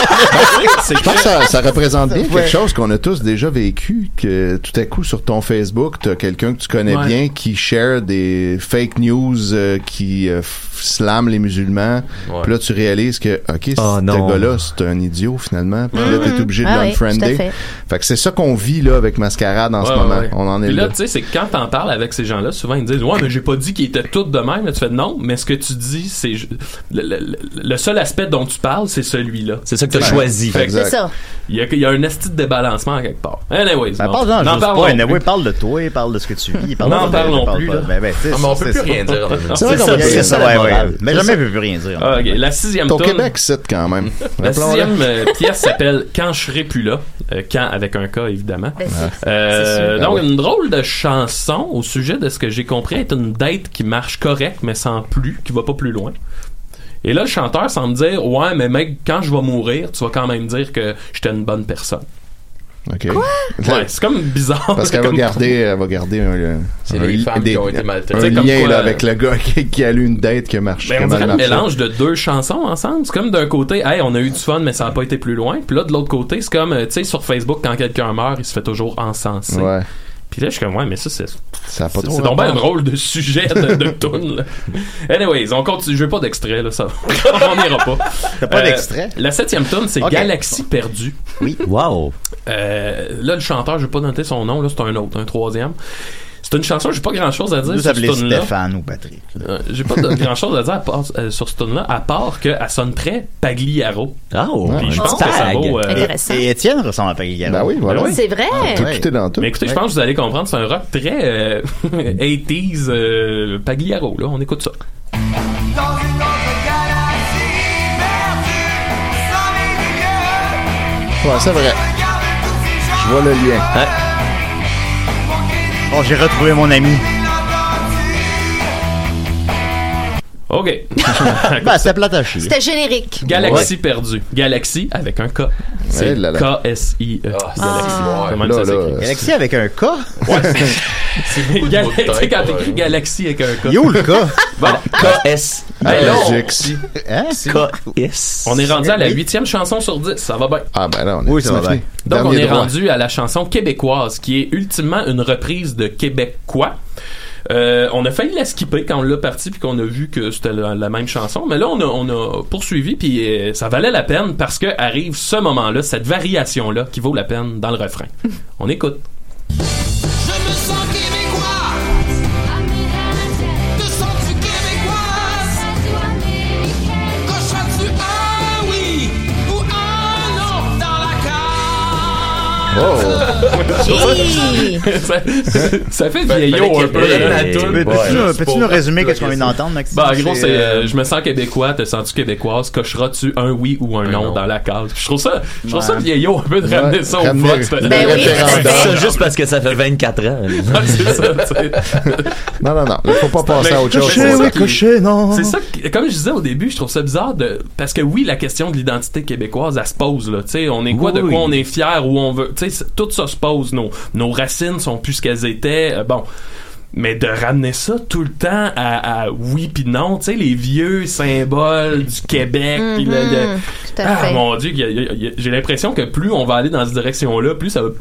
c'est je pense que ça, ça représente bien ouais. quelque chose qu'on a tous déjà vécu, que tout à coup sur ton Facebook, t'as quelqu'un que tu connais ouais. bien qui share des fake news euh, qui euh, slam les musulmans. Ouais. Puis là, tu réalises que, ok, oh, ce gars-là, c'est un idiot finalement. Puis mmh. là, t'es obligé de ah l'unfriender. Oui, fait. fait que c'est ça qu'on vit là avec Mascarade en ouais, ce moment. Ouais. On en est Puis là. là. Tu sais, c'est que quand t'en parles avec ces gens-là, souvent ils disent ouais, mais j'ai pas dit qu'ils étaient tous de même. Là, tu fais non, mais ce que tu dis, c'est le, le, le seul aspect dont tu parles, c'est celui-là. C'est ça que t'as ouais. choisi. Fait que, c'est ça. Il y a, il y a un esti de débalancement à quelque part. Anyways, ben, bon. parle non, n'en parle pas. Anyway, parle de toi, parle de ce que tu vis. Parle n'en de, parlons parle plus. Pas. Là. Ben, ben, non, mais on peut plus rien dire. C'est vrai qu'on peut dire ça. Ouais, ouais. Mais jamais on peut plus rien dire. Ok, la sixième Ton tourne. Québec, c'est quand même. La sixième euh, pièce s'appelle Quand je serai plus là. Euh, quand avec un K évidemment. Ben, c'est, euh, c'est donc ah ouais. une drôle de chanson au sujet de ce que j'ai compris est une date qui marche correct mais sans plus, qui va pas plus loin. Et là le chanteur semble dire ouais mais mec quand je vais mourir tu vas quand même dire que j'étais une bonne personne. OK. Quoi? Ouais, c'est comme bizarre. Parce qu'elle va garder, elle va garder un, c'est un, les femmes des, qui ont été maltraitées. un lien quoi, là, avec le gars qui, qui a eu une date qui a marché. Ben, on dirait un mélange de deux chansons ensemble. C'est comme d'un côté, hey, on a eu du fun, mais ça n'a pas été plus loin. Puis là, de l'autre côté, c'est comme, tu sais, sur Facebook, quand quelqu'un meurt, il se fait toujours encenser. Ouais. Puis là, je suis comme, ouais, mais ça, c'est. Ça a pas c'est, trop c'est donc bien un drôle de sujet de, de tune, là. Anyways, on continue. Je veux pas d'extrait, là, ça. On n'ira pas. T'as pas euh, d'extrait? La septième tune, c'est okay. Galaxie perdue. Oui. Wow. Euh, là, le chanteur, je vais pas noter son nom, là, c'est un autre, un troisième. C'est une chanson, j'ai pas grand chose à dire Nous sur ce tune-là. Stéphane ou Patrick. Euh, j'ai pas grand chose à dire à part, euh, sur ce tune-là, à part qu'elle sonne très Pagliaro. Oh, puis je oh. pense que ça vaut. Euh, et, et Étienne ressemble à Pagliaro. Ben oui, voilà. Oui. C'est vrai. Ah, tout, tout est dans tout. Mais écoutez, ouais. je pense que vous allez comprendre, c'est un rock très euh, eighties euh, Pagliaro, là. On écoute ça. Dans une autre galaxie perdue, sans mes lumières. Ouais, c'est vrai. Je vois le lien. Hein? Oh, j'ai retrouvé mon ami. OK. Ben, c'était plate à chier. C'était générique. Galaxie ouais. perdue. Galaxie avec un K. C'est ouais, K S I E. Ah. Galaxie. Ah. Comment Là, ça là, s'écrit? Galaxie avec un K? Ouais. C'est Gal- tu sais, quand t'écris Galaxie avec un K. Yo, le K? Bon. K S. Hey, là, on... Hein? K S. on est rendu à la huitième chanson sur dix. Ça va bien. Ah, ben là, on est oui, ça va bien. Donc, on est droit. rendu à la chanson québécoise, qui est ultimement une reprise de Québécois. Euh, on a failli la skipper quand on l'a parti puis qu'on a vu que c'était la, la même chanson, mais là on a, on a poursuivi puis euh, ça valait la peine parce que arrive ce moment-là, cette variation-là qui vaut la peine dans le refrain. On écoute. Je me sens québécois. Te sens-tu québécoise? Cocheras-tu un oui ou un non dans la carte? Oh! ça, ça fait vieillot un peu la toune. Peux-tu nous, peux-tu nous résumer qu'est-ce qu'on vient d'entendre, Maxime? Bah, en gros, c'est euh, je me sens québécois, te sens-tu québécoise, cocheras-tu un oui ou un non, non dans la case? Je trouve ça, je trouve ça vieillot un peu de ramener ouais, ça au vote. Ben oui, ça juste parce que ça fait vingt-quatre ans. C'est ça, tu sais. Non, non, non. Il faut pas passer à autre chose. Cocher, oui, cocher, non. C'est ça, que, comme je disais au début, je trouve ça bizarre de, parce que oui, la question de l'identité québécoise, elle se pose, là. Tu sais, on est quoi, oui, de quoi on est fier, où on veut, tu sais, tout ça se pose, nos, nos racines sont plus ce qu'elles étaient, euh, bon. Mais de ramener ça tout le temps à, à oui pis non, tu sais, les vieux symboles du Québec, mm-hmm, pis le, le tout à ah fait. mon Dieu, y a, y a, y a, j'ai l'impression que plus on va aller dans cette direction-là, plus ça va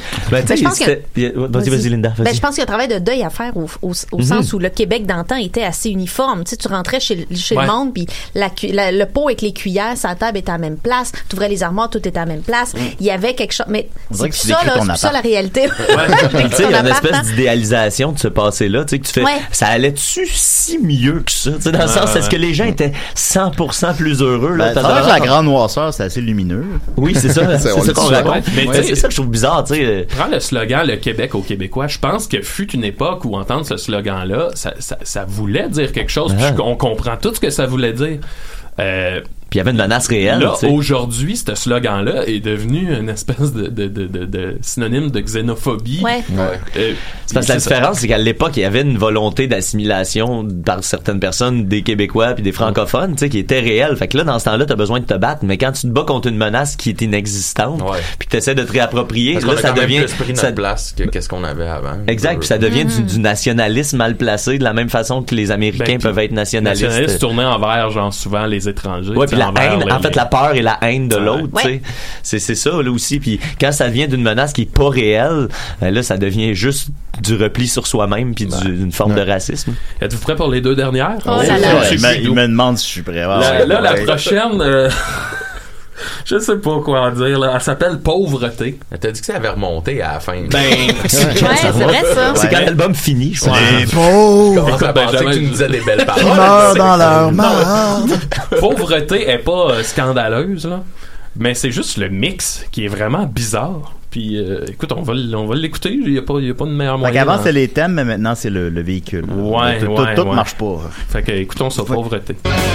Ben, tu sais, je pense c'était- que- Vas-y, vas-y, Linda. Vas-y. Ben, je pense qu'il y a un travail de deuil à faire au, au, au Mhm. sens où le Québec d'antan était assez uniforme. Tu sais, tu rentrais chez, le- chez Ouais. le monde, puis la, cu- la- le pot avec les cuillères, sa table était à la même place. Tu ouvrais les armoires, tout était à la même place. Il y avait quelque chose. Mais On c'est dirait plus que tu ça, décris là, ton c'est plus ça appart. la réalité. Tu sais, il y a une espèce hein. d'idéalisation de ce passé-là, tu sais, que tu fais, Ouais. ça allait-tu si mieux que ça, tu sais, dans le Ouais, sens, ouais, est-ce que les gens étaient cent pour cent plus heureux, là? Ben, T'as c'est vrai que vraiment- la grande noirceur, c'est assez lumineux. Oui, c'est ça, c'est on ça le qu'on dit raconte. souvent. Mais Ouais, tu sais, c'est ça que je trouve bizarre, tu sais. Prends le slogan le Québec aux Québécois. Je pense que fut une époque où entendre ce slogan-là, ça, ça, ça voulait dire quelque chose. Puis Ah. je- on comprend tout ce que ça voulait dire. Euh, Puis il y avait une menace réelle. Là, tu sais. aujourd'hui, ce slogan-là est devenu une espèce de, de, de, de, de synonyme de xénophobie. Ouais. Euh, C'est parce que la ça. différence, c'est qu'à l'époque, il y avait une volonté d'assimilation par certaines personnes, des Québécois puis des francophones, tu sais, qui était réelle. Fait que là, dans ce temps-là, t'as besoin de te battre. Mais quand tu te bats contre une menace qui est inexistante, puis que t'essaies de te réapproprier, Parce là, qu'on a ça quand même devient... plus pris notre ça- place que qu'est-ce qu'on avait avant. Exact, puis ça devient Mm-hmm. du, du nationalisme mal placé, de la même façon que les Américains Ben, peuvent être nationalistes. Nationaliste tourné envers, genre, souvent les étrangers. Ouais, tu puis sais, la envers haine, les- en fait, la peur et la haine de Ouais. l'autre, tu sais. Ouais. C'est, c'est ça, là aussi. Puis quand ça vient d'une menace qui est pas réelle, ben là, ça devient juste du repli sur soi-même puis du- d'une forme de racisme. Êtes-vous prêts pour les deux dernières? Oh là là. Il me- il me demande si je suis prêt. Là, Ouais, là, la ouais. prochaine, euh, je sais pas quoi en dire, là. Elle s'appelle Pauvreté. T'as dit que ça avait remonté à la fin. Ben, c'est vrai, ça. C'est quand l'album finit, je pense. Les pauvres! Comment ça Ben, pensait que jamais- tu nous disais des belles Ils paroles? meurent C'est dans que leur ça- marde. Pauvreté est pas euh, scandaleuse, là. Mais c'est juste le mix qui est vraiment bizarre. Puis, euh, écoute, on va, l- on va l'écouter. Il n'y a, pas- il y a pas de meilleur Fait moyen. qu'avant, hein. c'était les thèmes, mais maintenant, c'est le, le véhicule. Ouais, tout, ouais, tout, tout ouais. marche pas. Fait que, écoutons ça, Pauvreté.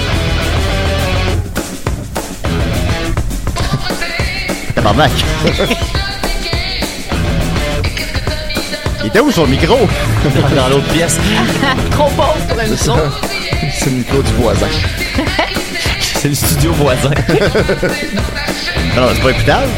Tabarnak. Il était où son micro? Dans l'autre pièce. Trop pauvre pour un son. C'est le micro du voisin. C'est le studio voisin. Non, c'est pas écoutable.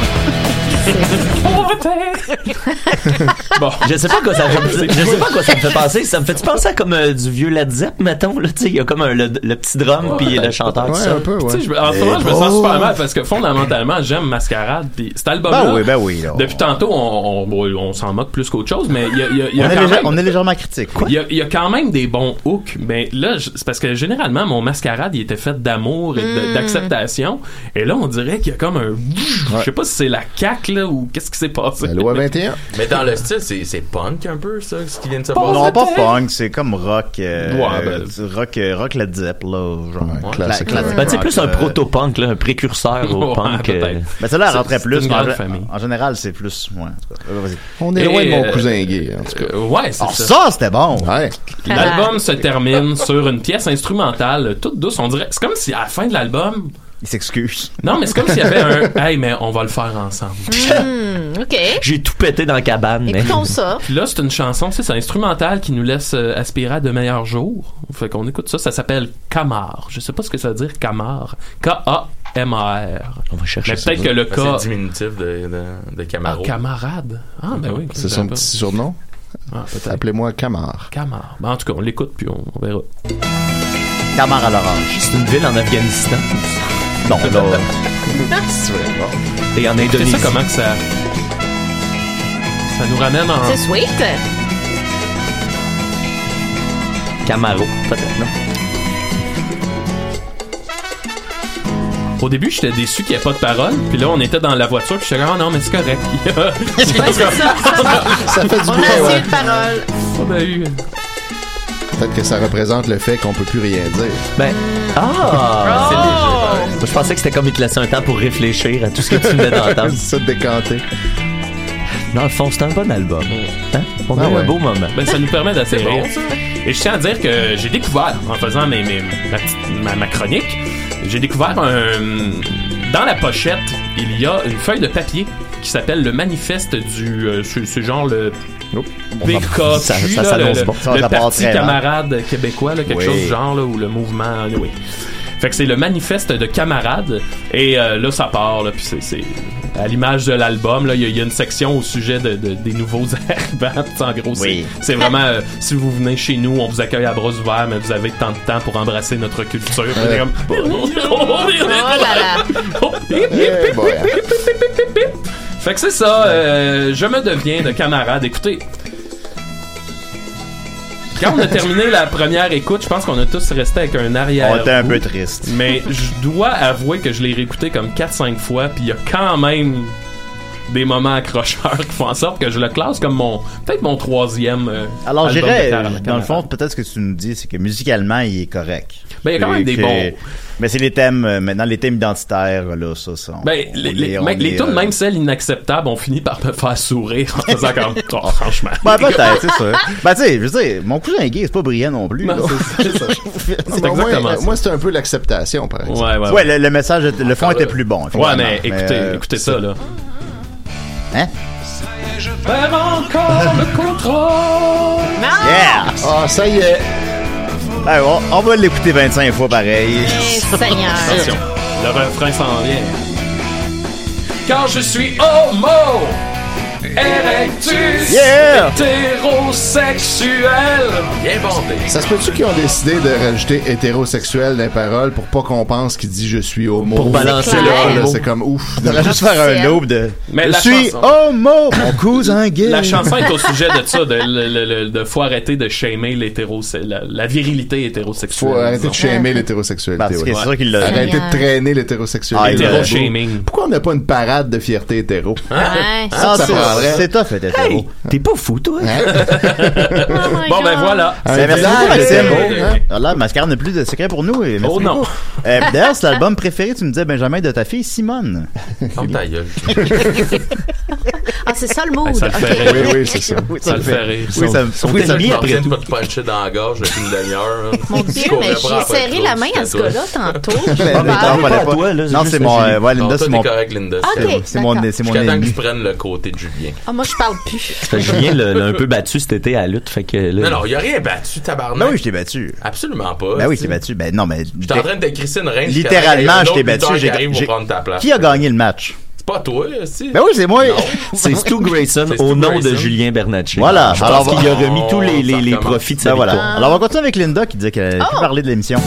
Bon. Je sais pas quoi ça fait, je sais pas quoi ça me fait penser. Ça me fait penser à comme euh, du vieux Led Zepp, mettons, là, tu sais, il y a comme un, le, le petit drum puis le chanteur tout seul. Tu sais, je me- en ce moment, je me sens super mal parce que fondamentalement, j'aime Mascarade. Puis cet album-là, Ben oui, ben oui, là. depuis tantôt, on, on, on- on s'en moque plus qu'autre chose, mais il y a, il y a- il y a On est, quand légère- même... on est légèrement critique. Il y, a, il y a quand même des bons hooks, mais là, je- c'est parce que généralement, mon Mascarade, il était fait d'amour et de- Mm. d'acceptation. Et là, on dirait qu'il y a comme un... Je sais pas si c'est la caque, là, ou qu'est-ce qui s'est passé. La loi vingt et un. Mais dans le style, c'est, c'est punk un peu, ça, ce qui vient de se passer. Non, pas punk, c'est comme rock. Euh, Ouais, ben- euh, rock, euh, rock Led Zepp, là. Genre, classique. classique Ben, tu sais, rock, plus un euh, proto-punk, là, un précurseur au Ouais, punk. euh, peut-être. Ben, celle-là, elle C'est- rentrait c'est plus. une mais en, grande gé- famille. en général, c'est plus. Ouais, en tout cas. Euh, vas-y. On est Et, loin de mon euh, cousin gay, en tout cas. Euh, ouais, c'est Oh, ça. ça, c'était bon. Ouais. L'album se termine sur une pièce instrumentale toute douce. On dirait, c'est comme si à la fin de l'album, Il s'excuse. non, mais c'est comme s'il y avait un hey, mais on va le faire ensemble. Hmm, OK. J'ai tout pété dans la cabane, mais. Écoutons ça. Puis là, c'est une chanson, c'est un instrumental qui nous laisse euh, aspirer à de meilleurs jours. Fait qu'on écoute ça. Ça s'appelle Camar. Je sais pas ce que ça veut dire, Camar. K A M A R. On va chercher Mais ça. peut-être que le Ben, K. c'est le diminutif de, de, de Ah, Camaro. camarade. Ah, ben oui. C'est son petit surnom. Ah, peut-être. Appelez-moi Camar. Camar. Ben, en tout cas, on l'écoute puis on, on verra. Camar à l'orange. C'est une ville en Afghanistan. Non, là. Et en C'est Indonésie. ça comment que ça. Ça nous ramène en. C'est sweet. Camaro, peut-être, non? Au début, j'étais déçu qu'il n'y ait pas de parole. Puis là, on était dans la voiture. Puis j'étais comme, ah non, mais c'est correct. Ouais, c'est ça. ça. Ça fait du On bien, a assez ouais. de paroles. On a eu. Peut-être que ça représente le fait qu'on peut plus rien dire. Ben. Ah! Oh! C'est léger. Moi, je pensais que c'était comme il te laissait un temps pour réfléchir à tout ce que tu venais d'entendre. Ça de décanter. Dans le fond, c'est un bon album. Hein? On a Ah eu ouais. un beau moment. Ben, ça nous permet d'atterrir. bon, ça. Et je tiens à dire que j'ai découvert, en faisant mes, mes- ma, petite- ma, ma chronique, j'ai découvert un. Dans la pochette, il y a une feuille de papier qui s'appelle le manifeste du. euh, c'est, c'est genre le. P K Q, Ça- ça là, s'annonce le, bon. Ça, le ça part Parti très mal. camarade québécois, là, quelque Oui. chose du genre, là, ou le mouvement. Oui. Fait que c'est le manifeste de camarades. Et euh, là, ça part, là, puis c'est, c'est à l'image de l'album, là, il y, a- il y a une section au sujet de, de- des nouveaux arrivants. Puis en gros, c'est, Oui. c'est vraiment, euh, si vous venez chez nous, on vous accueille à bras ouverts, mais vous avez tant de temps pour embrasser notre culture. Puis on est comme, Oh là là. Eh boy. Fait Fait que c'est ça, euh, je me deviens de camarade. Écoutez, quand on a terminé la première écoute, je pense qu'on a tous resté avec un arrière. On était un peu triste. Mais je dois avouer que je l'ai réécouté comme quatre cinq fois, puis il y a quand même des moments accrocheurs qui font en sorte que je le classe comme mon peut-être mon troisième euh, Alors album j'irais, de Car- dans le fond, peut-être ce que tu nous dis, c'est que musicalement, il est correct. Ben, il y a quand même Et des que- bons. Mais c'est les thèmes, euh, maintenant, les thèmes identitaires, là, ça, ça. on- Ben, on les, est- les, on même- les est, tunes, euh, même celles inacceptables, ont fini par me faire sourire en faisant comme, oh, franchement. Ben, peut-être, c'est ça. Ben, tu sais, je veux dire, mon cousin gay, c'est pas brillant non plus. Non, là. c'est- c'est ça. C'est exactement ça. Moi, c'est un peu l'acceptation, par exemple. Ouais, ouais, Ouais, le, le message, le fond était plus bon. Ouais, effectivement. mais écoutez, euh, écoutez ça, là. Hein? Je perds encore le contrôle. Yeah! Ah, ça y est. Ben, on, on va l'écouter vingt-cinq fois pareil. Seigneur. Attention, le refrain s'en vient. Quand je suis homo, erectus, Yeah! hétérosexuel. Bien bandé. Ça se peut-tu qu'ils ont décidé de rajouter hétérosexuel dans les paroles pour pas qu'on pense qu'il dit je suis homo? Pour balancer C'est le là, là, homo. c'est comme ouf. On devrait juste faire un loop de. Mais je la suis chanson- homo, mon cousin gay. La chanson est au sujet de ça, de, le- le- le- de faut arrêter de shamer l'hétérose- la, la virilité hétérosexuelle. Faut arrêter de disons. shamer l'hétérosexualité. Parce que ouais. c'est sûr qu'il l'a. Arrêter de traîner l'hétérosexualité. Ah, il l'a- Hétéro-shaming. Pourquoi on n'a pas une parade de fierté hétéro? Ouais. Ah, ça c'est, prendrait. c'est tough, être hétéro. Hey, t'es pas fou, toi? Oh my Bon, ben God. voilà. Un Ben, merci beaucoup, village Maxime. hétéro, hein? Alors, Mascar n'a plus de secret pour nous. Et merci Oh non. beaucoup. Euh, d'ailleurs, c'est l'album préféré, tu me disais, Benjamin, de ta fille Simone. Ferme ta gueule. Ah, c'est ça le mood. Ben, ça le Ok. fait rire. Oui, oui, c'est ça. Oui, Ça le fait rire. Oui, ça, Sont oui, ça ennemis me après Après tout. pas te puncher dans la gorge depuis une demi-heure. hein. Mon Tu Dieu, courais mais pas j'ai après serré Claude, la main à ce c'était toi. gars-là tantôt. Ben, J'ai non, pas fallait pas à pas. toi, là, c'est Non, juste c'est à mon, Julien. euh, ouais, Non, Linda, toi, c'est mon, t'es correct, Linda. Ok, c'est bon. c'est mon, d'accord. c'est mon Jusqu'à temps que ennemi. tu prennes le côté de Julien. Ah, moi, je parle plus. Fait que Julien l'a l'a un peu battu cet été à la lutte, fait que là. Non, non, il a rien battu, tabarnak. Ben oui, je t'ai battu. Absolument pas. Ben oui, je tu t'ai battu. Ben non, mais. J'étais en train de crisser une reine. Littéralement, je t'ai battu. J'ai J'ai- arrive pour j'ai- prendre ta place. Qui a gagné le match? C'est pas toi, si. Ben oui, c'est moi. Non. C'est Stu Grayson C'est Stu au nom de Grayson. Julien Bernatchez. Voilà. Je Alors, pense qu'il a on- remis tous les, les, ça les recommence. profits de sa Ben voilà. victoire. Alors, on va continuer avec Linda qui disait qu'elle allait plus Oh. parler de l'émission.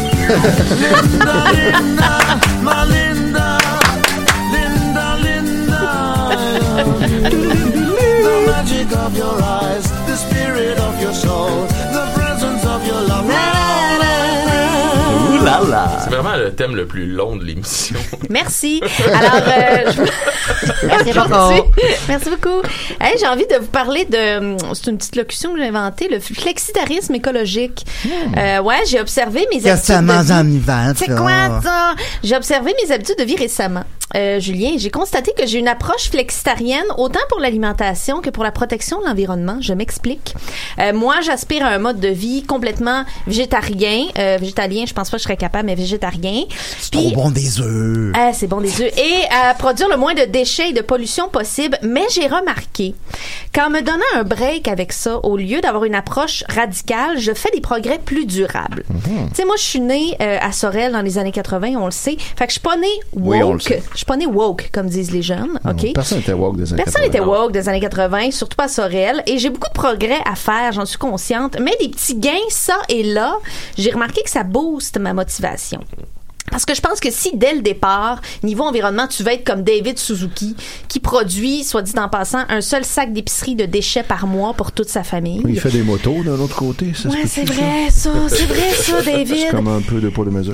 Ouh là là. C'est vraiment le thème le plus long de l'émission. Merci. Alors, euh, je- Merci beaucoup. Merci beaucoup. Hey, j'ai envie de vous parler de. C'est une petite locution que j'ai inventée, le flexitarisme écologique. Euh, ouais, j'ai observé mes habitudes. de vie. C'est quoi ça? J'ai observé mes habitudes de vie récemment. Euh, Julien, j'ai constaté que j'ai une approche flexitarienne autant pour l'alimentation que pour la protection de l'environnement. Je m'explique. Euh, moi, j'aspire à un mode de vie complètement végétarien. Euh, végétalien, je pense pas que je serais capable, mais végétarien. C'est trop bon des œufs. Ah, c'est bon des œufs. Et à produire le moins de déchets et de pollution possible. Mais j'ai remarqué qu'en me donnant un break avec ça, au lieu d'avoir une approche radicale, je fais des progrès plus durables. Mm-hmm. Tu sais, moi, je suis née euh, à Sorel dans les années quatre-vingts, on le sait. Fait que je suis pas née woke. Oui, on le sait. Je suis pas née woke, comme disent les jeunes. OK? Personne n'était woke des années Personne quatre-vingts. n'était woke des années quatre-vingts, surtout pas à Sorel. Et j'ai beaucoup de progrès à faire, j'en suis consciente. Mais des petits gains, ça et là, j'ai remarqué que ça booste ma motivation. Parce que je pense que si, dès le départ, niveau environnement, tu vas être comme David Suzuki, qui produit, soit dit en passant, un seul sac d'épicerie de déchets par mois pour toute sa famille. Il fait des motos d'un autre côté, ça se Ouais, peut-tu, c'est ça? vrai, ça. C'est vrai, ça, David. C'est comme un peu de poids de mesure.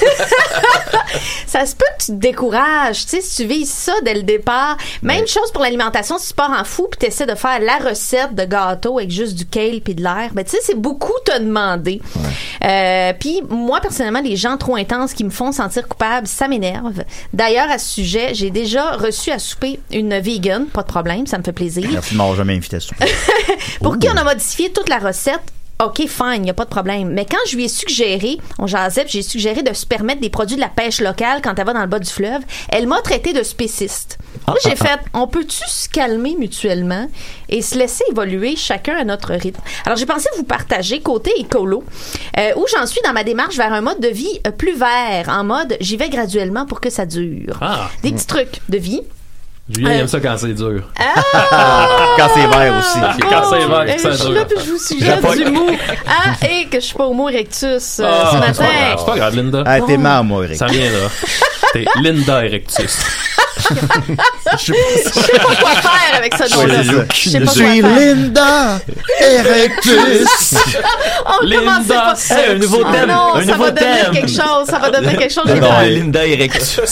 Ça se peut que tu te décourages, tu sais, si tu vises ça dès le départ. Même chose pour l'alimentation, si tu pars en fou puis tu essaies de faire la recette de gâteau avec juste du kale puis de l'air, ben tu sais, c'est beaucoup te demander. Euh, puis moi, personnellement, les gens trop intenses qui me font sentir coupable, ça m'énerve. D'ailleurs, à ce sujet, j'ai déjà reçu à souper une vegan, pas de problème, ça me fait plaisir. Merci de m'avoir jamais invité à souper. Pour qui on a modifié toute la recette. OK, fine, il n'y a pas de problème. Mais quand je lui ai suggéré, on jasait, puis j'ai suggéré de se permettre des produits de la pêche locale quand elle va dans le bas du fleuve, elle m'a traité de spéciste. Là, j'ai fait, on peut-tu se calmer mutuellement et se laisser évoluer chacun à notre rythme? Alors, j'ai pensé vous partager côté écolo, euh, où j'en suis dans ma démarche vers un mode de vie euh, plus vert, en mode j'y vais graduellement pour que ça dure. Ah. Des petits trucs de vie. Julien Euh, aime ça quand c'est dur. Quand c'est vert aussi. Quand c'est vert, Eh, ça je suis dure. là, puis je vous suggère du mou. Ah, et que je suis pas homo erectus euh, Ah, ce c'est pas matin. grave, c'est pas grave, Linda. Ah, t'es marre, moi, Eric. Ça vient là. T'es Linda Erectus. Je sais pas quoi faire avec ce nom-là. Je sais pas quoi suis faire. Linda Erectus. On commence pas. Hey, un nouveau Ah thème. non, un ça nouveau va devenir thème. quelque chose. Ça va devenir quelque chose. Non, j'ai non, peur. Linda Erectus.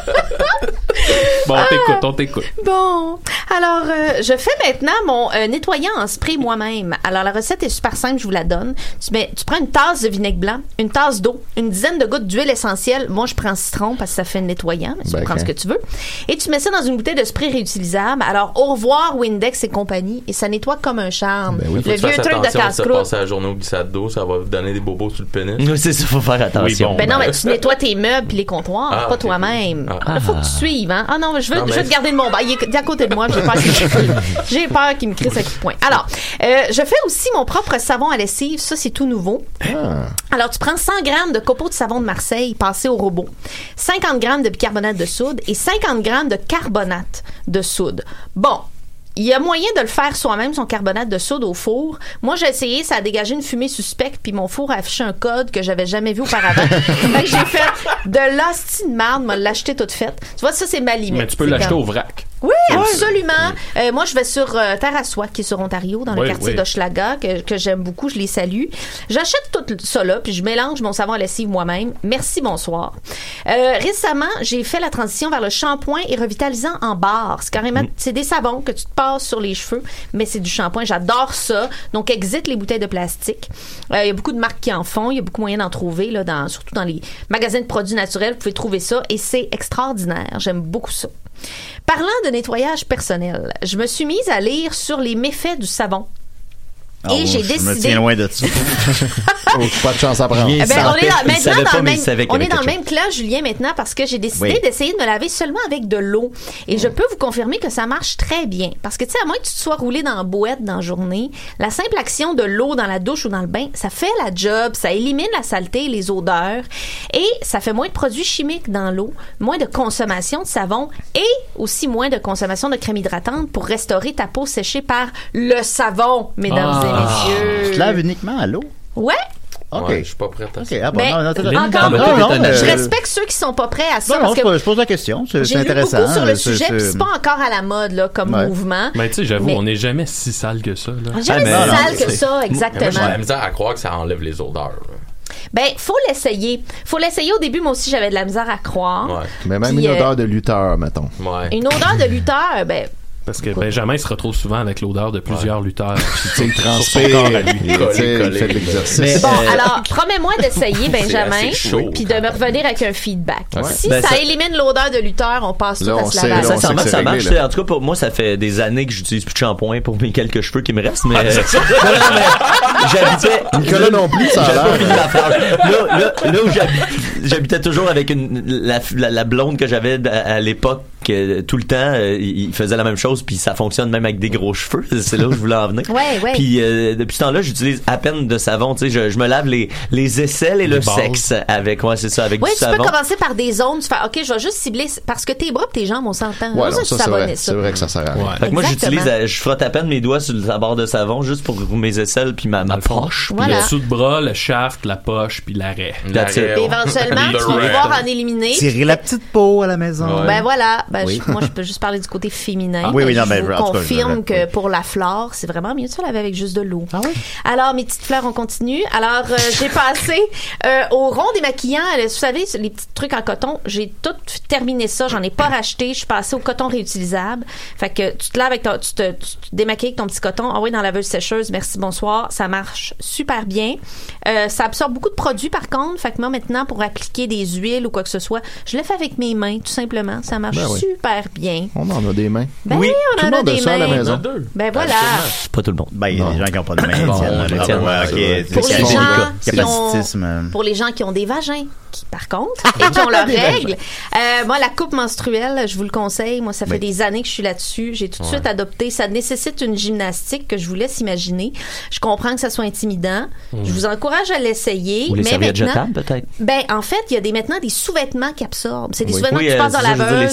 Bon, on t'écoute, on t'écoute. Bon, alors euh, je fais maintenant mon euh, nettoyant en spray moi-même. Alors la recette est super simple, je vous la donne. Tu mets, tu prends une tasse de vinaigre blanc, une tasse d'eau, une dizaine de gouttes d'huile essentielle. Moi je prends citron parce que ça fait le nettoyant, mais tu Ben, peux prendre ok. ce que tu veux. Et tu mets ça dans une bouteille de spray réutilisable. Alors au revoir Windex et compagnie, et ça nettoie comme un charme. Ben oui, faut le que tu vieux fasses truc de attention de se casse-croûte. passer la journée au glissade d'eau, ça va vous donner des bobos sur le pénis. Oui, c'est ça, faut faire attention. Ben non, mais tu nettoies tes meubles puis les comptoirs, Ah, pas ok. toi-même. Ah. Là, faut que tu suives, hein. Ah non, je veux, Non, je mais- veux te garder de mon bail. Il est à côté de moi, j'ai peur qu'il j'ai peur qu'il me crisse un coup de poing. Alors, euh, je fais aussi mon propre savon à lessive. Ça, c'est tout nouveau. Alors, tu prends cent grammes de copeaux de savon de Marseille passé au robot, cinquante grammes de bicarbonate de soude et cinquante grammes de carbonate de soude. Bon. Il y a moyen de le faire soi-même, son carbonate de soude au four. Moi, j'ai essayé, ça a dégagé une fumée suspecte, puis mon four a affiché un code que j'avais jamais vu auparavant. Fait que j'ai fait de l'hostie de marde, m'a l'acheté toute faite. Tu vois, ça, c'est ma limite. Mais tu peux C'est l'acheter comme- au vrac. Oui, absolument. Euh, moi, je vais sur euh, Terre à Soie, qui est sur Ontario, dans le Oui, quartier oui. d'Hochelaga, que, que j'aime beaucoup. Je les salue. J'achète tout ça là, puis je mélange mon savon à lessive moi-même. Merci, bonsoir. Euh, récemment, j'ai fait la transition vers le shampoing et revitalisant en barre. C'est carrément, c'est des savons que tu te passes sur les cheveux, mais c'est du shampoing. J'adore ça. Donc, exit les bouteilles de plastique. Euh, Il y a beaucoup de marques qui en font. Il y a beaucoup moyen d'en trouver, là, dans, surtout dans les magasins de produits naturels. Vous pouvez trouver ça et c'est extraordinaire. J'aime beaucoup ça. Parlant de nettoyage personnel, je me suis mise à lire sur les méfaits du savon. Ah, Et j'ai je me décidé. tiens loin de ça. Oh, pas de chance à prendre. Eh ben, on est dans, maintenant dans le même, on est dans le quelque même clan, Julien, maintenant, parce que j'ai décidé Oui. d'essayer de me laver seulement avec de l'eau. Et je peux vous confirmer que ça marche très bien. Parce que, tu sais, à moins que tu te sois roulé dans la bouette dans la journée, la simple action de l'eau dans la douche ou dans le bain, ça fait la job, ça élimine la saleté et les odeurs. Et ça fait moins de produits chimiques dans l'eau, moins de consommation de savon et aussi moins de consommation de crème hydratante pour restaurer ta peau séchée par le savon, mesdames Ah. et messieurs. Tu te laves uniquement à l'eau? Ouais. OK. Ouais, je suis pas prête à ça. OK, ah bon, Ben, non, non, t'as- encore non, là, non, non, je euh, respecte ceux qui sont pas prêts à ça Non, non, parce je que pose- je pose la question. C'est c'est j'ai lu intéressant. beaucoup sur le c'est- sujet, c'est- puis c'est pas encore à la mode là, comme Ouais. mouvement. Mais tu sais, j'avoue, Mais- on n'est jamais si sale que ça. Là. Jamais Ah, si mais- sale que c'est- ça, Moi, exactement. j'ai la misère à croire que ça enlève les odeurs. là. Ben, faut l'essayer. Faut l'essayer au début. Moi aussi, j'avais de la misère à croire. Ouais. Mais même Puis, une euh, odeur de lutteur, mettons. Ouais. Une odeur de lutteur, ben. Parce que Benjamin se retrouve souvent avec l'odeur de plusieurs lutteurs. Tu sais, il Sur son transpire, corps à lui. il, tu sais, il fait de l'exercice. Mais, Bon, euh, alors, promets-moi d'essayer, Benjamin, assez chaud, puis de me revenir avec un feedback. Ouais. Si Ben, ça, ça- élimine l'odeur de lutteur, on passe tout Là, à on se sait, laver. là, on Sincèrement, sait que ça c'est marche. réglé, là. En tout cas, pour moi, ça fait des années que j'utilise plus de shampoing pour mes quelques cheveux qui me restent, mais, euh, c'est ça. non, non, mais j'habitais. Nicolas non plus, ça a J'avais pas l'air. fini ma phrase. Là, là, là où j'habite- j'habitais toujours avec une, la, la, la blonde que j'avais à, à l'époque, euh, tout le temps, euh, il faisait la même chose, puis ça fonctionne même avec des gros cheveux. C'est là où je voulais en venir. Ouais, ouais. Puis euh, depuis ce temps-là, j'utilise à peine de savon. Tu sais, je, je me lave les, les aisselles et le bases. sexe avec, ouais, c'est ça, avec Oui, du tu savon. peux commencer par des zones. Tu fais, OK, je vais juste cibler. Parce que tes bras et tes jambes, on s'entend. Ouais, On non, va ça, juste c'est vrai. savonner ça. C'est vrai que ça sert à rien. Ouais. Fait que moi, Exactement. j'utilise, euh, je frotte à peine mes doigts sur le bord de savon juste pour mes aisselles puis ma, ma le fond. poche. Puis Voilà. le dessous de bras, le shaft, la poche, puis l'arrêt. That's it. Puis éventuellement, The tu vas red. pouvoir en éliminer. Tirer la petite peau à la maison. Ben voilà, ben Oui. je- moi je peux juste parler du côté féminin. Ah, oui, oui, je non, mais vous en tout cas, je- confirme je- que oui. pour la flore, c'est vraiment mieux de se laver avec juste de l'eau. Ah oui? Alors mes petites fleurs, on continue. Alors euh, j'ai passé euh, au rond démaquillant, euh, vous savez les petits trucs en coton, j'ai tout terminé ça, j'en ai pas racheté, je suis passée au coton réutilisable. Fait que tu te laves avec ton, tu te, tu te démaquilles avec ton petit coton, ah oui dans la laveuse sécheuse, merci bonsoir, ça marche super bien. Euh, ça absorbe beaucoup de produits par contre, fait que moi maintenant pour appliquer des huiles ou quoi que ce soit, je le fais avec mes mains tout simplement, ça marche Ben oui. super bien. On en a des mains. Ben Oui, on tout en le a monde a des ça à la mains. maison. Ben voilà. C'est pas tout le monde. Ben, il y a des gens qui n'ont pas de main. Bon, Étienne, Étienne, bravo, ouais, c'est ok. vrai. Pour les C'est gens bon. qui ont, Capacitisme. pour les gens qui ont des vagins, qui par contre, et qui ont leurs règles. Euh, moi, la coupe menstruelle, je vous le conseille. Moi, ça fait Oui. des années que je suis là-dessus. J'ai tout de suite adopté. Ça nécessite une gymnastique que je vous laisse imaginer. Je comprends que ça soit intimidant. Je vous encourage à l'essayer. Ou les mais serviettes maintenant, jetables, peut-être. ben, en fait, il y a des, maintenant des sous-vêtements qui absorbent. C'est des Oui. sous-vêtements Oui, que tu euh, passes dans c'est ça, la je veux dire, les laveuse, ser- voilà. les-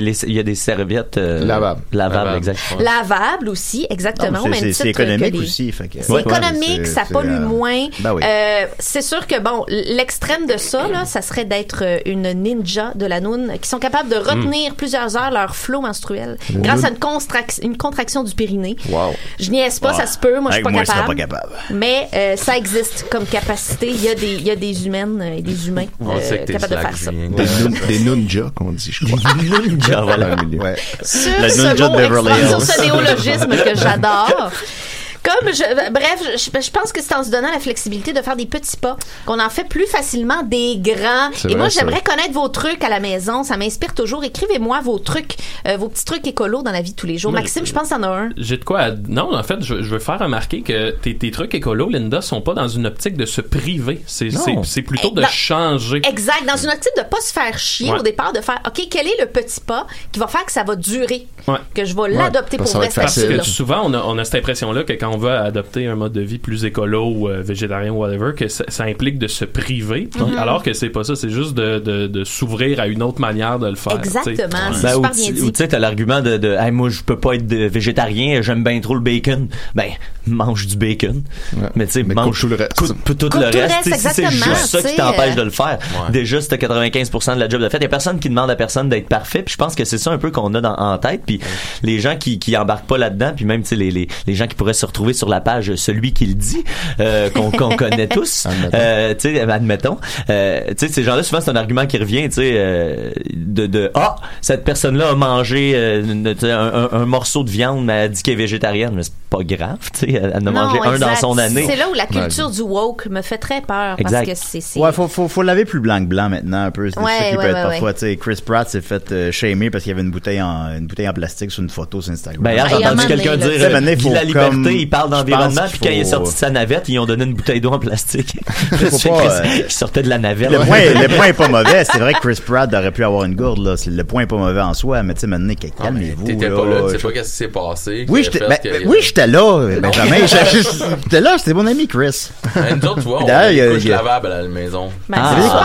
les, il y a des serviettes euh, lavables. Lavables, Lavables. exactement. Lavables aussi, exactement. Non, mais c'est- c'est économique les... aussi. Fait que... C'est ouais, économique, ouais, ça c'est- pollue c'est, euh, moins. Ben oui. Euh, c'est sûr que, bon, l'extrême de ça, là, ça serait d'être euh, une ninja de la noune qui sont capables de retenir mm. plusieurs heures leur flot menstruel Mmh. grâce à une, constrac- une contraction du périnée. Wow. Je niaise pas, Wow. ça se peut. Moi, je suis pas Moi, je serais capable. pas capable. Mais euh, ça existe comme capacité. Il y a des, il y a des humaines et des humains On sait que t'es capables de slack, faire ça. Julien. Des, nun- des nunjas, qu'on dit, je crois. Des nunjas, voilà. Ouais. Sur La ce ninja de mot, Beverly extra- sur Hills. ce néologisme que j'adore. Comme je, bref, je, je pense que c'est en se donnant la flexibilité de faire des petits pas qu'on en fait plus facilement des grands. C'est Et vrai, moi, ça. j'aimerais connaître vos trucs à la maison. Ça m'inspire toujours. Écrivez-moi vos trucs, euh, vos petits trucs écolos dans la vie de tous les jours. Mais- Maxime, je pense que t'en as un. J'ai de quoi à... Non, en fait, je, je veux faire remarquer que tes, tes trucs écolos, Linda, sont pas dans une optique de se priver. C'est, Non. c'est, c'est plutôt de Dans- changer. Exact. Dans une optique de pas se faire chier Ouais. au départ, de faire, OK, quel est le petit pas qui va faire que ça va durer? Ouais. Que je vais l'adopter pour vrai, cette Parce que habitude-là. souvent, on a, on a cette impression-là que quand on veut adopter un mode de vie plus écolo ou euh, végétarien ou whatever, que ça, ça implique de se priver, Mhm. alors que c'est pas ça. C'est juste de, de, de s'ouvrir à une autre manière de le faire. Exactement. t'sais. C'est Ben, super ou bien tu- dit. ou tu sais, t'as l'argument de, de hey, moi, je peux pas être de- végétarien, j'aime bien trop le bacon. Ben, mange du bacon. Mais tu sais, mange tout le reste. coupe tout, Coupe le tout le reste. reste, Tu sais, si c'est exactement, juste ça tu qui sais, t'empêche euh, de le faire, Ouais. déjà, si t'as quatre-vingt-quinze pour cent de la job de fait, il y a personne qui demande à personne d'être parfait. Puis je pense que c'est ça un peu qu'on a dans, en tête. Puis les gens qui, qui embarquent pas là-dedans, puis même, tu sais, les, les, les gens qui pourraient se retrouver sur la page Celui qui le dit, euh, qu'on, qu'on connaît tous, euh, tu sais, admettons. Euh, tu sais, ces gens-là, souvent, c'est un argument qui revient, tu sais, euh, de, de, ah, cette personne-là a mangé euh, une- tu sais, un, un, un morceau de viande, mais elle a dit qu'elle est végétarienne. Mais c'est pas grave, tu sais, elle en a Non, mangé un exact. dans son année. C'est là où la culture du woke me fait très peur. Exact. Parce que c'est. c'est- Ouais, faut, faut, faut laver plus blanc que blanc maintenant, un peu. C'est Ouais, ça qui ouais, peut être ouais, parfois, ouais. tu sais, Chris Pratt s'est fait euh, shamer parce qu'il y avait une bouteille en, une bouteille en plastique sur une photo sur Instagram. Ben, hier, j'ai Ah, entendu il y a un quelqu'un moment dire, donné, là. euh, Maintenant, il Guy faut la liberté, comme- il parle je d'environnement, pense puis qu'il quand il est faut- sorti de sa navette, ils ont donné une bouteille d'eau en plastique. Faut Je sais pas, Chris, euh, qui sortait de la navette. Le point, le point est pas mauvais. C'est vrai que Chris Pratt aurait pu avoir une gourde, là. C'est- Le point est pas mauvais en soi, mais tu sais, maintenant, que- calmez-vous. T'étais là. pas là, tu sais pas qu'est-ce qui s'est passé. Oui, qui a j'étais, fait ben, que- ben, oui, j'étais là, Benjamin. J'étais là, c'était mon ami Chris. Ben, nous autres, tu vois, on D'ailleurs, a il y a- des couches il y a- lavables à la maison. Ben, Ah. c'est super.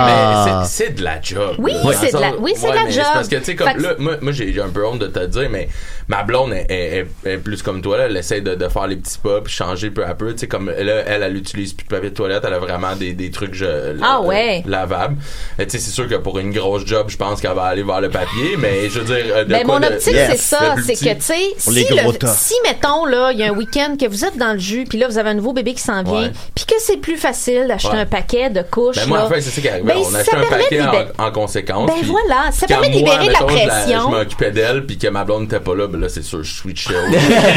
Ah. Mais c'est, c'est de la job. Oui, là. c'est de la- oui, c'est de la mais job. C'est parce que, tu sais, comme Fait que- là, moi, moi, j'ai un peu honte de te le dire, mais ma blonde est, est, est, est plus comme toi, là. Elle essaie de, de faire les petits pas puis changer peu à peu. Tu sais, comme là, elle, elle utilise plus de papier de toilette, elle a vraiment des, des trucs je, Ah euh, ouais. lavables. Et tu sais, c'est sûr que pour une grosse job, je pense qu'elle va aller vers le papier, mais je veux dire. euh, de Ben, quoi mon de- optique, Yes. c'est ça. de plus C'est petit. que, tu sais, Pour si, les gros le- tas. si, mettons, là, il y a un week-end que vous êtes dans le jus, puis là, vous avez un nouveau bébé qui s'en vient, Ouais. puis que c'est plus facile d'acheter Ouais. un paquet de couches. Ben moi, là, en fait, c'est ça qui est arrivé. ben, on a ça acheté un permet de paquet libérer- en, en conséquence. Ben puis- voilà, ça puis permet de quand moi, libérer de la mettons, je pression. Je m'occupais d'elle, puis que ma blonde n'était pas là, ben là, c'est sûr, je switchais. au- non,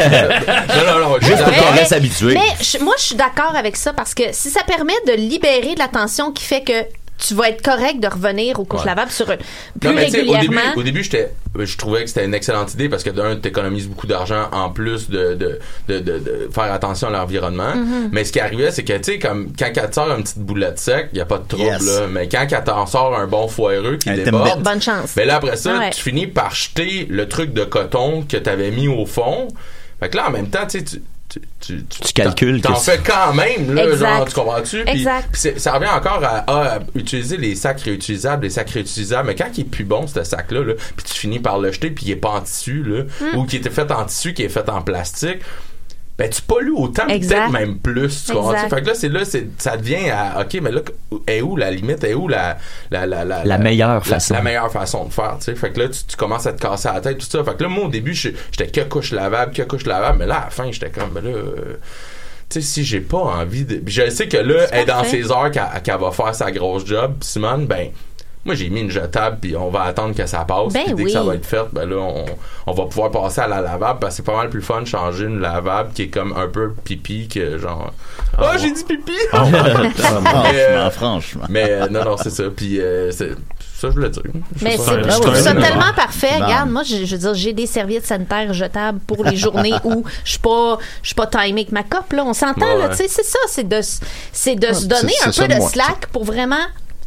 non, non, Juste pour je- qu'on Mais- reste habitué. Mais je- moi, je suis d'accord avec ça parce que si ça permet de libérer de la tension qui fait que tu vas être correct de revenir aux couches Ouais. lavables sur eux plus Non, mais tu sais, au début, régulièrement. au début, j'étais, je trouvais que c'était une excellente idée parce que d'un, t'économises beaucoup d'argent en plus de, de, de, de, de faire attention à l'environnement. Mhm. Mais ce qui arrivait, c'est que, tu sais, comme, quand elle te sort une petite boulette sec, y a pas de trouble, Yes. là. Mais quand elle t'en sort un bon foireux qui Un déborde. Timbit. Bonne chance. Ben là, après ça, Ouais. tu finis par jeter le truc de coton que t'avais mis au fond. Fait que là, en même temps, tu sais, tu, tu, tu, Tu calcules T'en que fais quand même, là, Exact. genre, tu comprends-tu? Puis- Exact. puis c'est- ça revient encore à, à utiliser les sacs réutilisables, les sacs réutilisables, mais quand il est plus bon, ce sac-là, là, puis tu finis par le jeter, puis il est pas en tissu, là, Mm. ou qui était fait en tissu, qui est fait en plastique, ben tu pollues autant, Exact. peut-être même plus, tu comprends-tu? Exact. Fait que là, c'est là, c'est, ça devient à, ok, mais là, est où la limite, est où la, la, la, la, La meilleure la- façon. La meilleure façon de faire, tu sais. Fait que là, tu, tu commences à te casser la tête, tout ça. Fait que là, moi, au début, je- j'étais que couche lavable, que couche lavable, mais là, à la fin, j'étais comme, ben là, euh, tu sais, si j'ai pas envie de. Puis je sais que là, elle est dans parfait. ses heures qu'elle, qu'elle va faire sa grosse job, Simone, ben. Moi, j'ai mis une jetable, puis on va attendre que ça passe. Ben puis dès oui. que ça va être fait, ben là, on, on va pouvoir passer à la lavable, parce que c'est pas mal plus fun de changer une lavable qui est comme un peu pipi que genre. Oh, Ah, j'ai dit pipi! Ah, Mais, franchement, euh, franchement. Mais euh, non, non, c'est ça. Puis euh, c'est, ça, je voulais dire. Mais Je c'est, sais pas. je trouve ça Ouais. tellement parfait. Bon. Regarde, moi, je, je veux dire, j'ai des serviettes sanitaires jetables pour les journées où je suis pas, je suis pas timée avec ma coupe, là. On s'entend, Ouais, là. ouais. Tu sais, c'est ça. C'est de, s- c'est de se c'est- donner c'est un ça peu de moi. slack pour vraiment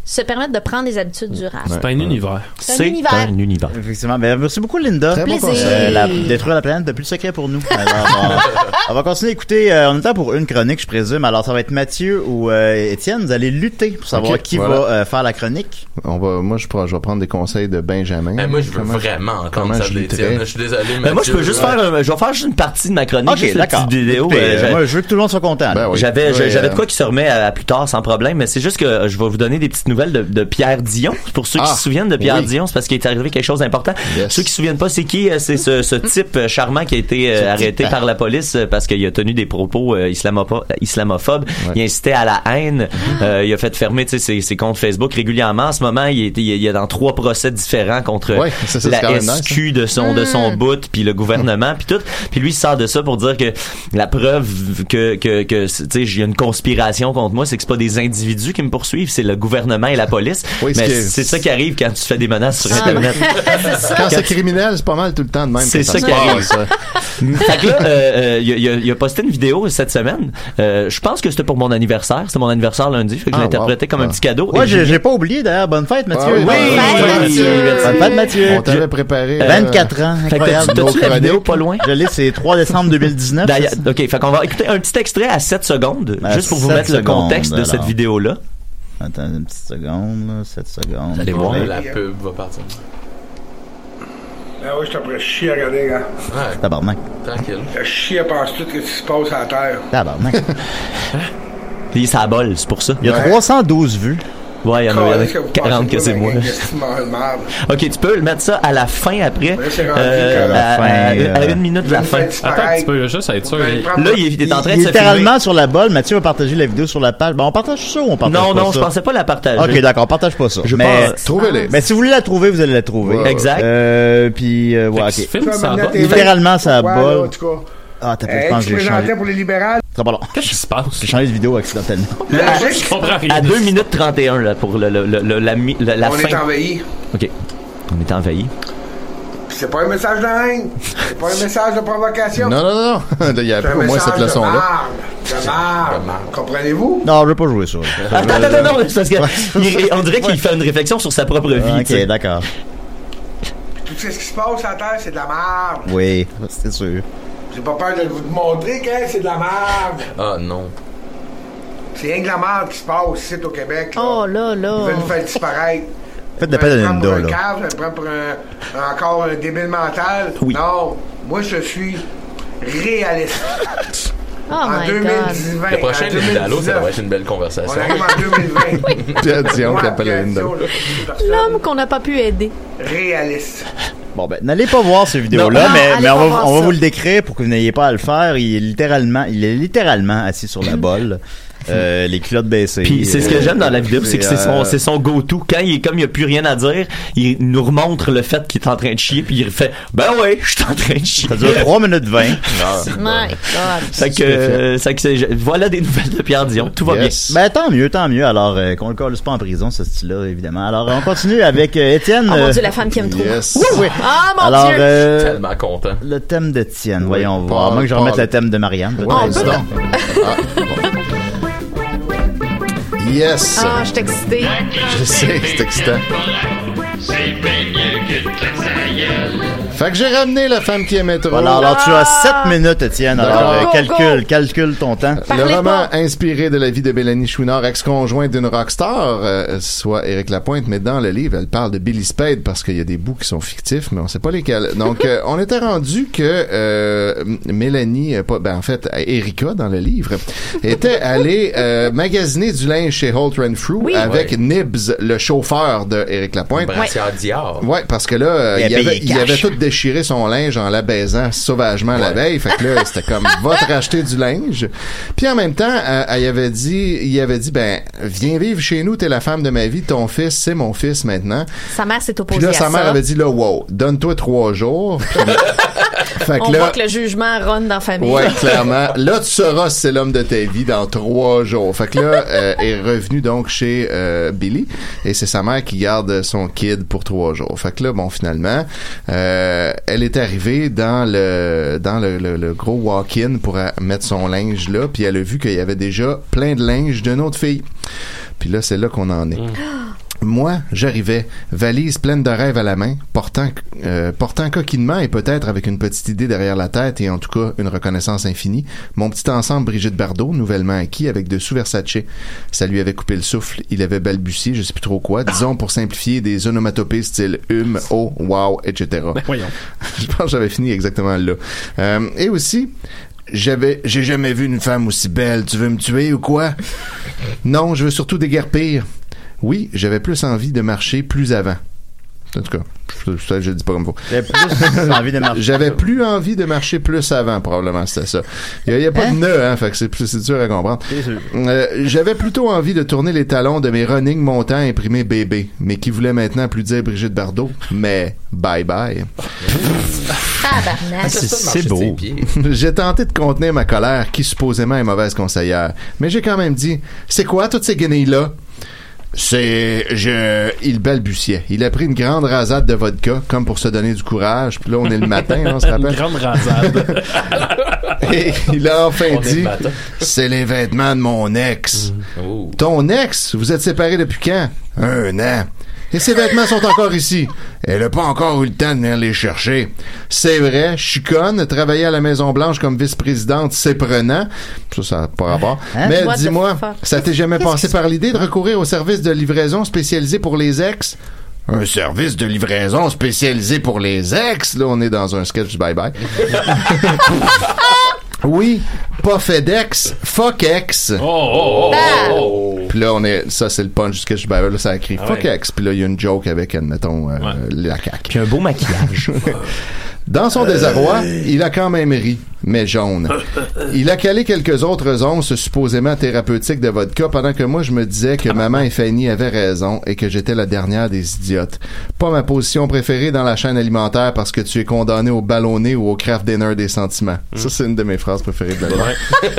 se permettre de prendre des habitudes durables. C'est un univers. C'est un univers. un univers. Effectivement. Ben, merci beaucoup, Linda. Très bon conseil. Euh, la, détruire la planète, de plus de secret pour nous. Alors, on, on va continuer à écouter. Euh, on est temps pour une chronique, je présume. Alors, ça va être Mathieu ou euh, Étienne. Vous allez lutter pour savoir Okay, qui voilà. va euh, faire la chronique. On va, moi, je, prends- je vais prendre des conseils de Benjamin. Ben, moi, je veux Comment vraiment entendre comment ça je de lutterais? l'Étienne. Je suis désolé, Ben moi, je peux Mathieu, juste ouais. faire, un- je vais faire juste une partie de ma chronique. Ok, juste une d'accord. petite vidéo. Écoutez, euh, euh, moi, je veux que tout le monde soit content. Ben oui. J'avais, Oui, j'avais euh, de quoi qui se remet à, à plus tard sans problème, mais c'est juste que je vais vous donner des petites nouvelles de, de Pierre Dion. Pour ceux qui Ah, se souviennent de Pierre oui. Dion, c'est parce qu'il est arrivé quelque chose d'important. Yes. Ceux qui se souviennent pas, c'est qui? C'est ce, ce type euh, charmant qui a été euh, arrêté par la police euh, parce qu'il a tenu des propos euh, islamopo- islamophobes. Ouais. Il incitait à la haine. Euh, il a fait fermer, tu sais, ses, ses comptes Facebook régulièrement. En ce moment, il est, il est dans trois procès différents contre Ouais, c'est ça, c'est quand la même nice, S Q de son de son bout, puis le gouvernement, puis tout. Puis lui, il sort de ça pour dire que la preuve que que que tu sais, il y a une conspiration contre moi, c'est que c'est pas des individus qui me poursuivent, c'est le gouvernement et la police. Oui, ce mais qui est- c'est ça qui arrive quand tu fais des menaces sur Ah. Internet. Quand c'est criminel, c'est pas mal tout le temps de même. C'est que ça se qui arrive. passe, ça. Fait que là, euh, euh, il, a, il a- il a posté une vidéo cette semaine. Euh, je pense que c'était pour mon anniversaire. C'était mon anniversaire lundi. Fait que je Ah, l'ai interprété wow. comme un Ah. petit cadeau. Ouais, Et j'ai, j'ai pas oublié d'ailleurs. Bonne fête, Mathieu. Ah oui, Oui, bonne fête, Mathieu. Bonne fête, Mathieu. On t'avait préparé. euh, vingt-quatre ans, Fait que incroyable. t'as-tu Nos t'as-tu la vidéo chroniques. pas loin? Je l'ai, c'est trois décembre deux mille dix-neuf. D'ailleurs, ok, fait qu'on va écouter un petit extrait à sept secondes, À juste pour vous sept mettre le secondes, contexte de cette alors. vidéo-là. Attends une petite seconde, là, sept secondes. Vous allez voir. Ouais. La pub va partir. Ah oui, je t'apprends chier à regarder, gars. Ouais, Tabarnak. tranquille. Je chier à penser tout ce qui se passe à la Terre. Tabarnak. Puis ça bol, c'est pour ça. Il y a trois cent douze vues. Ouais, il y en a, il y en a Qu'est-ce que vous quarante pensez que c'est de moi. ma gang de petits morts de marde? Ok, tu peux le mettre ça à la fin après. Ouais, c'est rendu euh, qu'à la à, fin, à- euh, à une minute de la Une fin. fête Attends un pareil. petit peu, juste à être sûr. Ben, il- prends- Là, il, il est en train Il de est se littéralement filmer. sur la balle. Mathieu va partager la vidéo sur la page. Bon, on partage ça ou on partage Non, pas non, ça? je pensais pas la partager. Ok, d'accord, on partage pas ça. Je mais, pense- Trouvez-les. mais si vous voulez la trouver, vous allez la trouver. Ouais. Exact. Euh, puis, euh, ouais, Fait ok. qu'il se filme, Ça, ça maintenant, va. t'es- Littéralement, ça Ouais, bol. là, en tout cas. Ah, t'as Hey, je pense tu que j'ai présentais changé. pour les libérales. Très bon. Qu'est-ce qui se passe? J'ai changé de vidéo accidentellement. Je comprends rien. À de deux ça. minutes trente et un là, pour le, le, le- le- la, mi- la, la On fin. est envahi. Ok. On est envahi. Puis c'est pas un message de haine. C'est pas un message de provocation. Non, non, non, non. Là, il y a C'est un au moins message cette leçon-là. de marde. De marde. Comprenez-vous? Non, je veux pas jouer ça. Attends, attends, non, non, c'est parce que il- on dirait qu'il fait une réflexion sur sa propre vie. Ok, tu sais. d'accord. Tout ce qui se passe à la Terre, c'est de la marde. Oui, c'est sûr. J'ai pas peur de vous montrer que c'est de la marde. Ah non. C'est rien que la marde qui se passe ici au Québec. Là. Oh là là. Ils veulent nous faire disparaître. Faites d'appel à Je me prends pour Linda, un là. cave, je me prends pour un, encore un débile mental. Oui. Non, moi je suis réaliste. Oh en my deux mille God. dix-vingt, Le prochain en Lindalo, ça deux mille dix-neuf, va être une belle on conversation. arrive en deux mille vingt. Pierre Dion Moi, qui appelle Pierre Linda. Dion, là, personne. L'homme qu'on n'a pas pu aider. Réaliste. Bon, ben, n'allez pas voir ces vidéos-là, Non, mais, allez mais pas on, va, voir on va ça. vous le décrire pour que vous n'ayez pas à le faire. Il est littéralement, il est littéralement assis sur la bolle, euh, les culottes baissées. Puis c'est ce que j'aime dans la vidéo, c'est que c'est son, euh, c'est son go-to. Quand il est comme il a plus rien à dire, il nous remontre le fait qu'il est en train de chier, puis il fait ben ouais, je suis en train de chier. Ça dure trois minutes vingt. My God. Fait que, euh, fait que c'est- voilà des nouvelles de Pierre Dion. Tout va Yes. Ben, tant mieux, tant mieux. Alors, euh, qu'on le colle pas en prison, ce style-là, évidemment. Alors, on continue avec euh, Étienne. Oh mon euh, Dieu, la femme qui aime trop. Yes. oui, oui. Ah mon Alors, Dieu. euh, Tellement content. le thème d'Étienne, voyons Oui, voir. Paul, Moi que je Paul. remette le thème de Marianne. peut-être. On Ouais, peut- dis donc. Ah, bon. Yes. Ah, je suis excitée. Je sais, c'est excitant. Fait que j'ai ramené la femme qui aimait trop. Voilà, alors tu as sept minutes, Étienne. Alors, euh, Go, calcule, calcule ton temps. Parlez Le roman pas. inspiré de la vie de Mélanie Chouinard, ex-conjointe d'une rockstar, euh, soit Éric Lapointe, mais dans le livre, elle parle de Billy Spade parce qu'il y a des bouts qui sont fictifs, mais on sait pas lesquels. Donc, euh, on était rendu que euh, Mélanie, euh, pas, ben en fait, Erika dans le livre, était allée euh, magasiner du linge chez Holt Renfrew Oui. avec Ouais. Nibs, le chauffeur de Éric Lapointe. Brassière Dior. Ouais, parce que là, euh, Il a il, avait, payé il cash. avait tout déchiré son linge en l'abaisant sauvagement la veille. Fait que là, c'était comme, va te racheter du linge. Puis en même temps, euh, elle avait dit, il avait dit, ben, viens vivre chez nous, t'es la femme de ma vie, ton fils, c'est mon fils maintenant. Sa mère s'est Puis opposée là, à sa ça. mère avait dit, là, wow, donne-toi trois jours. Puis- fait On que là, voit que le jugement run dans la famille. ouais, clairement. Là, tu sauras si c'est l'homme de ta vie dans trois jours. Fait que là, euh, est revenu donc chez euh, Billy et c'est sa mère qui garde son kid pour trois jours. Fait que là, bon, finalement, euh, elle est arrivée dans le dans le, le, le gros walk-in pour euh, mettre son linge là, puis elle a vu qu'il y avait déjà plein de linge d'une autre fille. Puis là, c'est là qu'on en est. Moi, j'arrivais, valise pleine de rêves à la main, portant, euh, portant coquinement et peut-être avec une petite idée derrière la tête et en tout cas une reconnaissance infinie, mon petit ensemble Brigitte Bardot, nouvellement acquis avec dessous Versace. Ça lui avait coupé le souffle, il avait balbutié, je sais plus trop quoi, disons pour simplifier des onomatopées style hum, oh, wow, et cetera. Ben, voyons. Je pense que j'avais fini exactement là. Euh, et aussi, j'avais, j'ai jamais vu une femme aussi belle, tu veux me tuer ou quoi? Non, je veux surtout déguerpir. Oui, j'avais plus envie de marcher plus avant. En tout cas, je, je, je le dis pas comme faut. J'avais plus envie de marcher. J'avais plus envie de marcher plus avant, probablement, c'était ça. Il y a, y a pas hein? de nœud, hein, fait que c'est, c'est dur à comprendre. Euh, j'avais plutôt envie de tourner les talons de mes running montants imprimés bébé, mais qui voulaient maintenant plus dire Brigitte Bardot, mais bye bye. c'est, c'est beau. J'ai tenté de contenir ma colère, qui supposément est mauvaise conseillère, mais j'ai quand même dit, c'est quoi toutes ces guenilles-là? C'est... je... Il balbutiait. Il a pris une grande rasade de vodka, comme pour se donner du courage. Puis là, on est le matin, on se rappelle. Une grande rasade. Et il a enfin on dit, c'est les vêtements de mon ex. Mmh. Oh. Ton ex? Vous êtes séparés depuis quand? Un an. Et ses vêtements sont encore ici. Elle a pas encore eu le temps de venir les chercher. C'est vrai, je suis conne, travailler à la Maison-Blanche comme vice-présidente, c'est prenant. Ça, ça n'a pas rapport. Hein? Mais What dis-moi, ça t'est jamais passé par l'idée de recourir au service de livraison spécialisé pour les ex? Un service de livraison spécialisé pour les ex? Là, on est dans un sketch du bye-bye. Oui, pas FedEx, fuck ex. Oh, oh, oh, oh. Puis là, on est, ça, c'est le punch du sketch du bye-bye. Là, ça a écrit ah fuck ouais. ex. Puis là, il y a une joke avec, admettons, euh, ouais. la C A Q. Puis un beau maquillage. Dans son désarroi, il a quand même ri, mais jaune. Il a calé quelques autres onces supposément thérapeutiques de vodka pendant que moi je me disais que maman et Fanny avaient raison et que j'étais la dernière des idiotes. Pas ma position préférée dans la chaîne alimentaire parce que tu es condamné au ballonné ou au craft dinner des sentiments. Mm. Ça, c'est une de mes phrases préférées de la vie.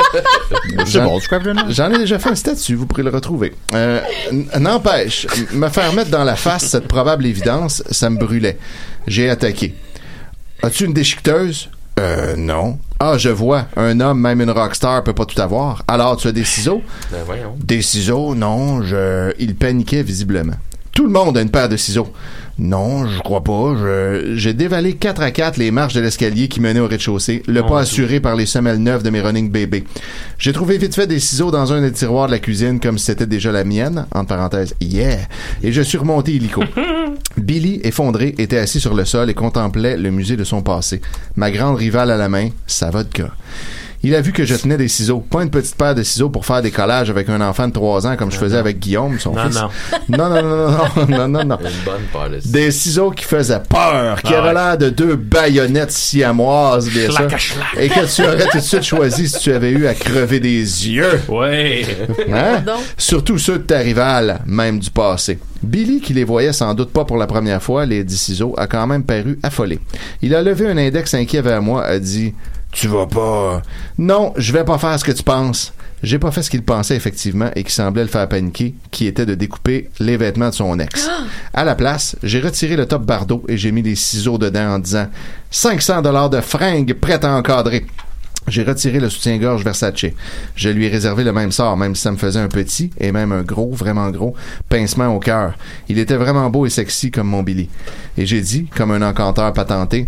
Ouais. C'est bon, du craft dinner. J'en ai déjà fait un statut, vous pourrez le retrouver. Euh, n'empêche, me faire mettre dans la face cette probable évidence, ça me brûlait. J'ai attaqué. As-tu une déchiqueteuse? Euh, non. Ah, je vois. Un homme, même une rockstar, peut pas tout avoir. Alors, tu as des ciseaux? Ben voyons. Des ciseaux? Non, je... Il paniquait visiblement. Tout le monde a une paire de ciseaux. Non, je crois pas. Je... J'ai dévalé quatre à quatre les marches de l'escalier qui menaient au rez-de-chaussée, le pas assuré par les semelles neuves de mes running bébés. J'ai trouvé vite fait des ciseaux dans un des tiroirs de la cuisine comme si c'était déjà la mienne, entre parenthèses, yeah, et je suis remonté illico. Billy, effondré, était assis sur le sol et contemplait le musée de son passé. Ma grande rivale à la main, sa vodka. Il a vu que je tenais des ciseaux. Pas une petite paire de ciseaux pour faire des collages avec un enfant de trois ans comme je faisais avec Guillaume, son non, fils. Non. non, non, non, non, non, non, non. Une bonne paire de ciseaux. Des ciseaux qui faisaient peur, qui ah, avaient ouais. l'air de deux baïonnettes siamoises, bien sûr. Et que tu aurais tout de suite choisi si tu avais eu à crever des yeux. Ouais. Hein? Surtout ceux de ta rivale, même du passé. Billy, qui les voyait sans doute pas pour la première fois, les dix ciseaux, a quand même paru affolé. Il a levé un index inquiet vers moi, a dit... Tu vas pas... Non, je vais pas faire ce que tu penses. J'ai pas fait ce qu'il pensait effectivement et qui semblait le faire paniquer, qui était de découper les vêtements de son ex. À la place, j'ai retiré le top Bardot et j'ai mis des ciseaux dedans en disant « cinq cents dollars de fringues prêtes à encadrer ». J'ai retiré le soutien-gorge Versace. Je lui ai réservé le même sort, même si ça me faisait un petit, et même un gros, vraiment gros, pincement au cœur. Il était vraiment beau et sexy comme mon Billy. Et j'ai dit, comme un encanteur patenté,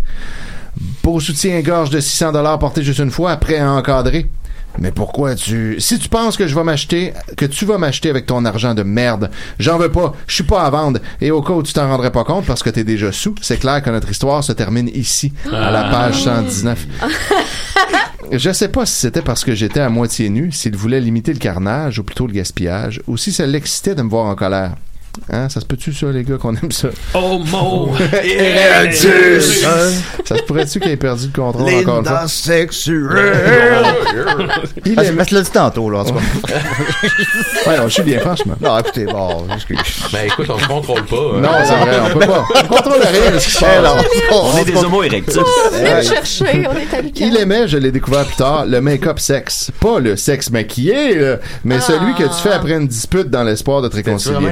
« Beau soutien-gorge de six cents dollars porté juste une fois, prêt à encadrer. » Mais pourquoi tu... Si tu penses que je vais m'acheter, que tu vas m'acheter avec ton argent de merde, j'en veux pas, je suis pas à vendre. Et au cas où tu t'en rendrais pas compte parce que t'es déjà sous, c'est clair que notre histoire se termine ici, à la page cent dix-neuf. Je sais pas si c'était parce que j'étais à moitié nu, s'il voulait limiter le carnage, ou plutôt le gaspillage, ou si ça l'excitait de me voir en colère. Hein, ça se peut-tu ça, les gars, qu'on aime ça? Homo erectus! Ça se pourrait-tu qu'il ait perdu le contrôle encore une fois? Sexuel! Il ah, aimait... le dit tantôt, là, en tout cas. Ouais, non, je suis bien, franchement. Non, écoutez, bon, excuse. Ben, écoute, on ne contrôle pas. Hein. Non, c'est vrai, on peut pas. On contrôle rien de ce qui se passe. On, on est des homo erectus. On vient le chercher, on est habitué. Il aimait, je l'ai découvert plus tard, le make-up sexe. Pas le sexe maquillé, là, mais ah. celui que tu fais après une dispute dans l'espoir de te réconcilier. Tu vraiment écrit ça?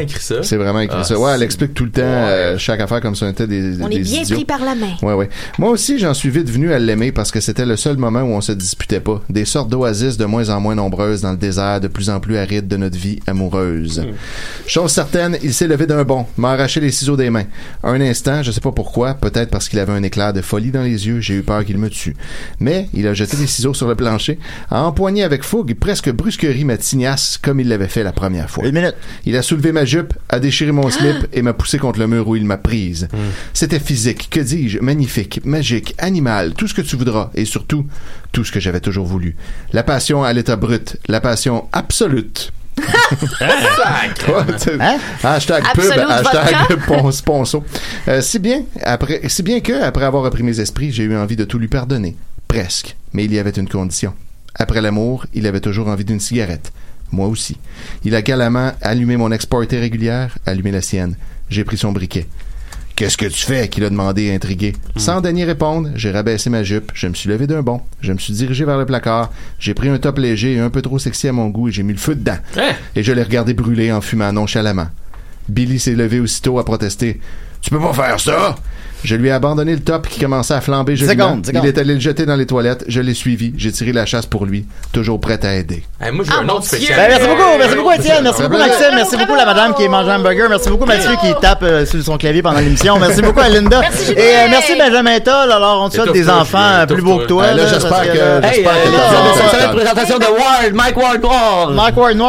C'est vraiment écrit Ah, ça. Ouais, elle c'est- explique tout le temps euh, chaque affaire comme si on était des, On des est bien idiots. pris par la main. Ouais, ouais. Moi aussi, j'en suis vite venu à l'aimer parce que c'était le seul moment où on se disputait pas. Des sortes d'oasis de moins en moins nombreuses dans le désert de plus en plus aride de notre vie amoureuse. Mm. Chose certaine, il s'est levé d'un bond, m'a arraché les ciseaux des mains. Un instant, je sais pas pourquoi, peut-être parce qu'il avait un éclair de folie dans les yeux, j'ai eu peur qu'il me tue. Mais il a jeté les ciseaux sur le plancher, a empoigné avec fougue, presque brusquerie ma tignasse comme il l'avait fait la première fois. Une minute. Il a soulevé ma jupe, a déchiré mon slip et m'a poussé contre le mur où il m'a prise. Mm. C'était physique, que dis-je, magnifique, magique, animal, tout ce que tu voudras et surtout tout ce que j'avais toujours voulu. La passion à l'état brut, la passion absolute. Sacrément. Hashtag pub, Absolute hashtag vodka. ponce- ponceau. Euh, si bien, après, si bien que, après avoir repris mes esprits, j'ai eu envie de tout lui pardonner. Presque. Mais il y avait une condition. Après l'amour, il avait toujours envie d'une cigarette. Moi aussi. Il a galamment allumé mon exporté régulière, allumé la sienne. J'ai pris son briquet. Qu'est-ce que tu fais? Qu'il a demandé, intrigué. Sans daigner répondre, j'ai rabaissé ma jupe, je me suis levé d'un bond, je me suis dirigé vers le placard, j'ai pris un top léger et un peu trop sexy à mon goût et j'ai mis le feu dedans. Hein? Et je l'ai regardé brûler en fumant nonchalamment. Billy s'est levé aussitôt à protester. « Tu peux pas faire ça! » Je lui ai abandonné le top qui commençait à flamber joliment. Seconde, seconde. Il est allé le jeter dans les toilettes. Je l'ai suivi. J'ai tiré la chasse pour lui. Toujours prêt à aider. Hey, moi, j'ai Ah, un mon autre Dieu. spécial. Ben, merci beaucoup, merci beaucoup Étienne, merci Ça beaucoup fait Maxime, plaisir. merci beaucoup la madame qui mange un hamburger, merci beaucoup Mathieu qui tape euh, sur son clavier pendant l'émission, merci beaucoup à Linda. Merci, Et Julien. euh, merci Benjamin Toll, alors on te souhaite Étouffe-toi, des enfants Julien, euh, plus beaux que toi. Ben là, là, j'espère parce que- là, j'espère Hey, que euh, t'as là, raison, ça va Pascal. être une présentation de Ward, Mike Ward Ward. Mark Ward Noir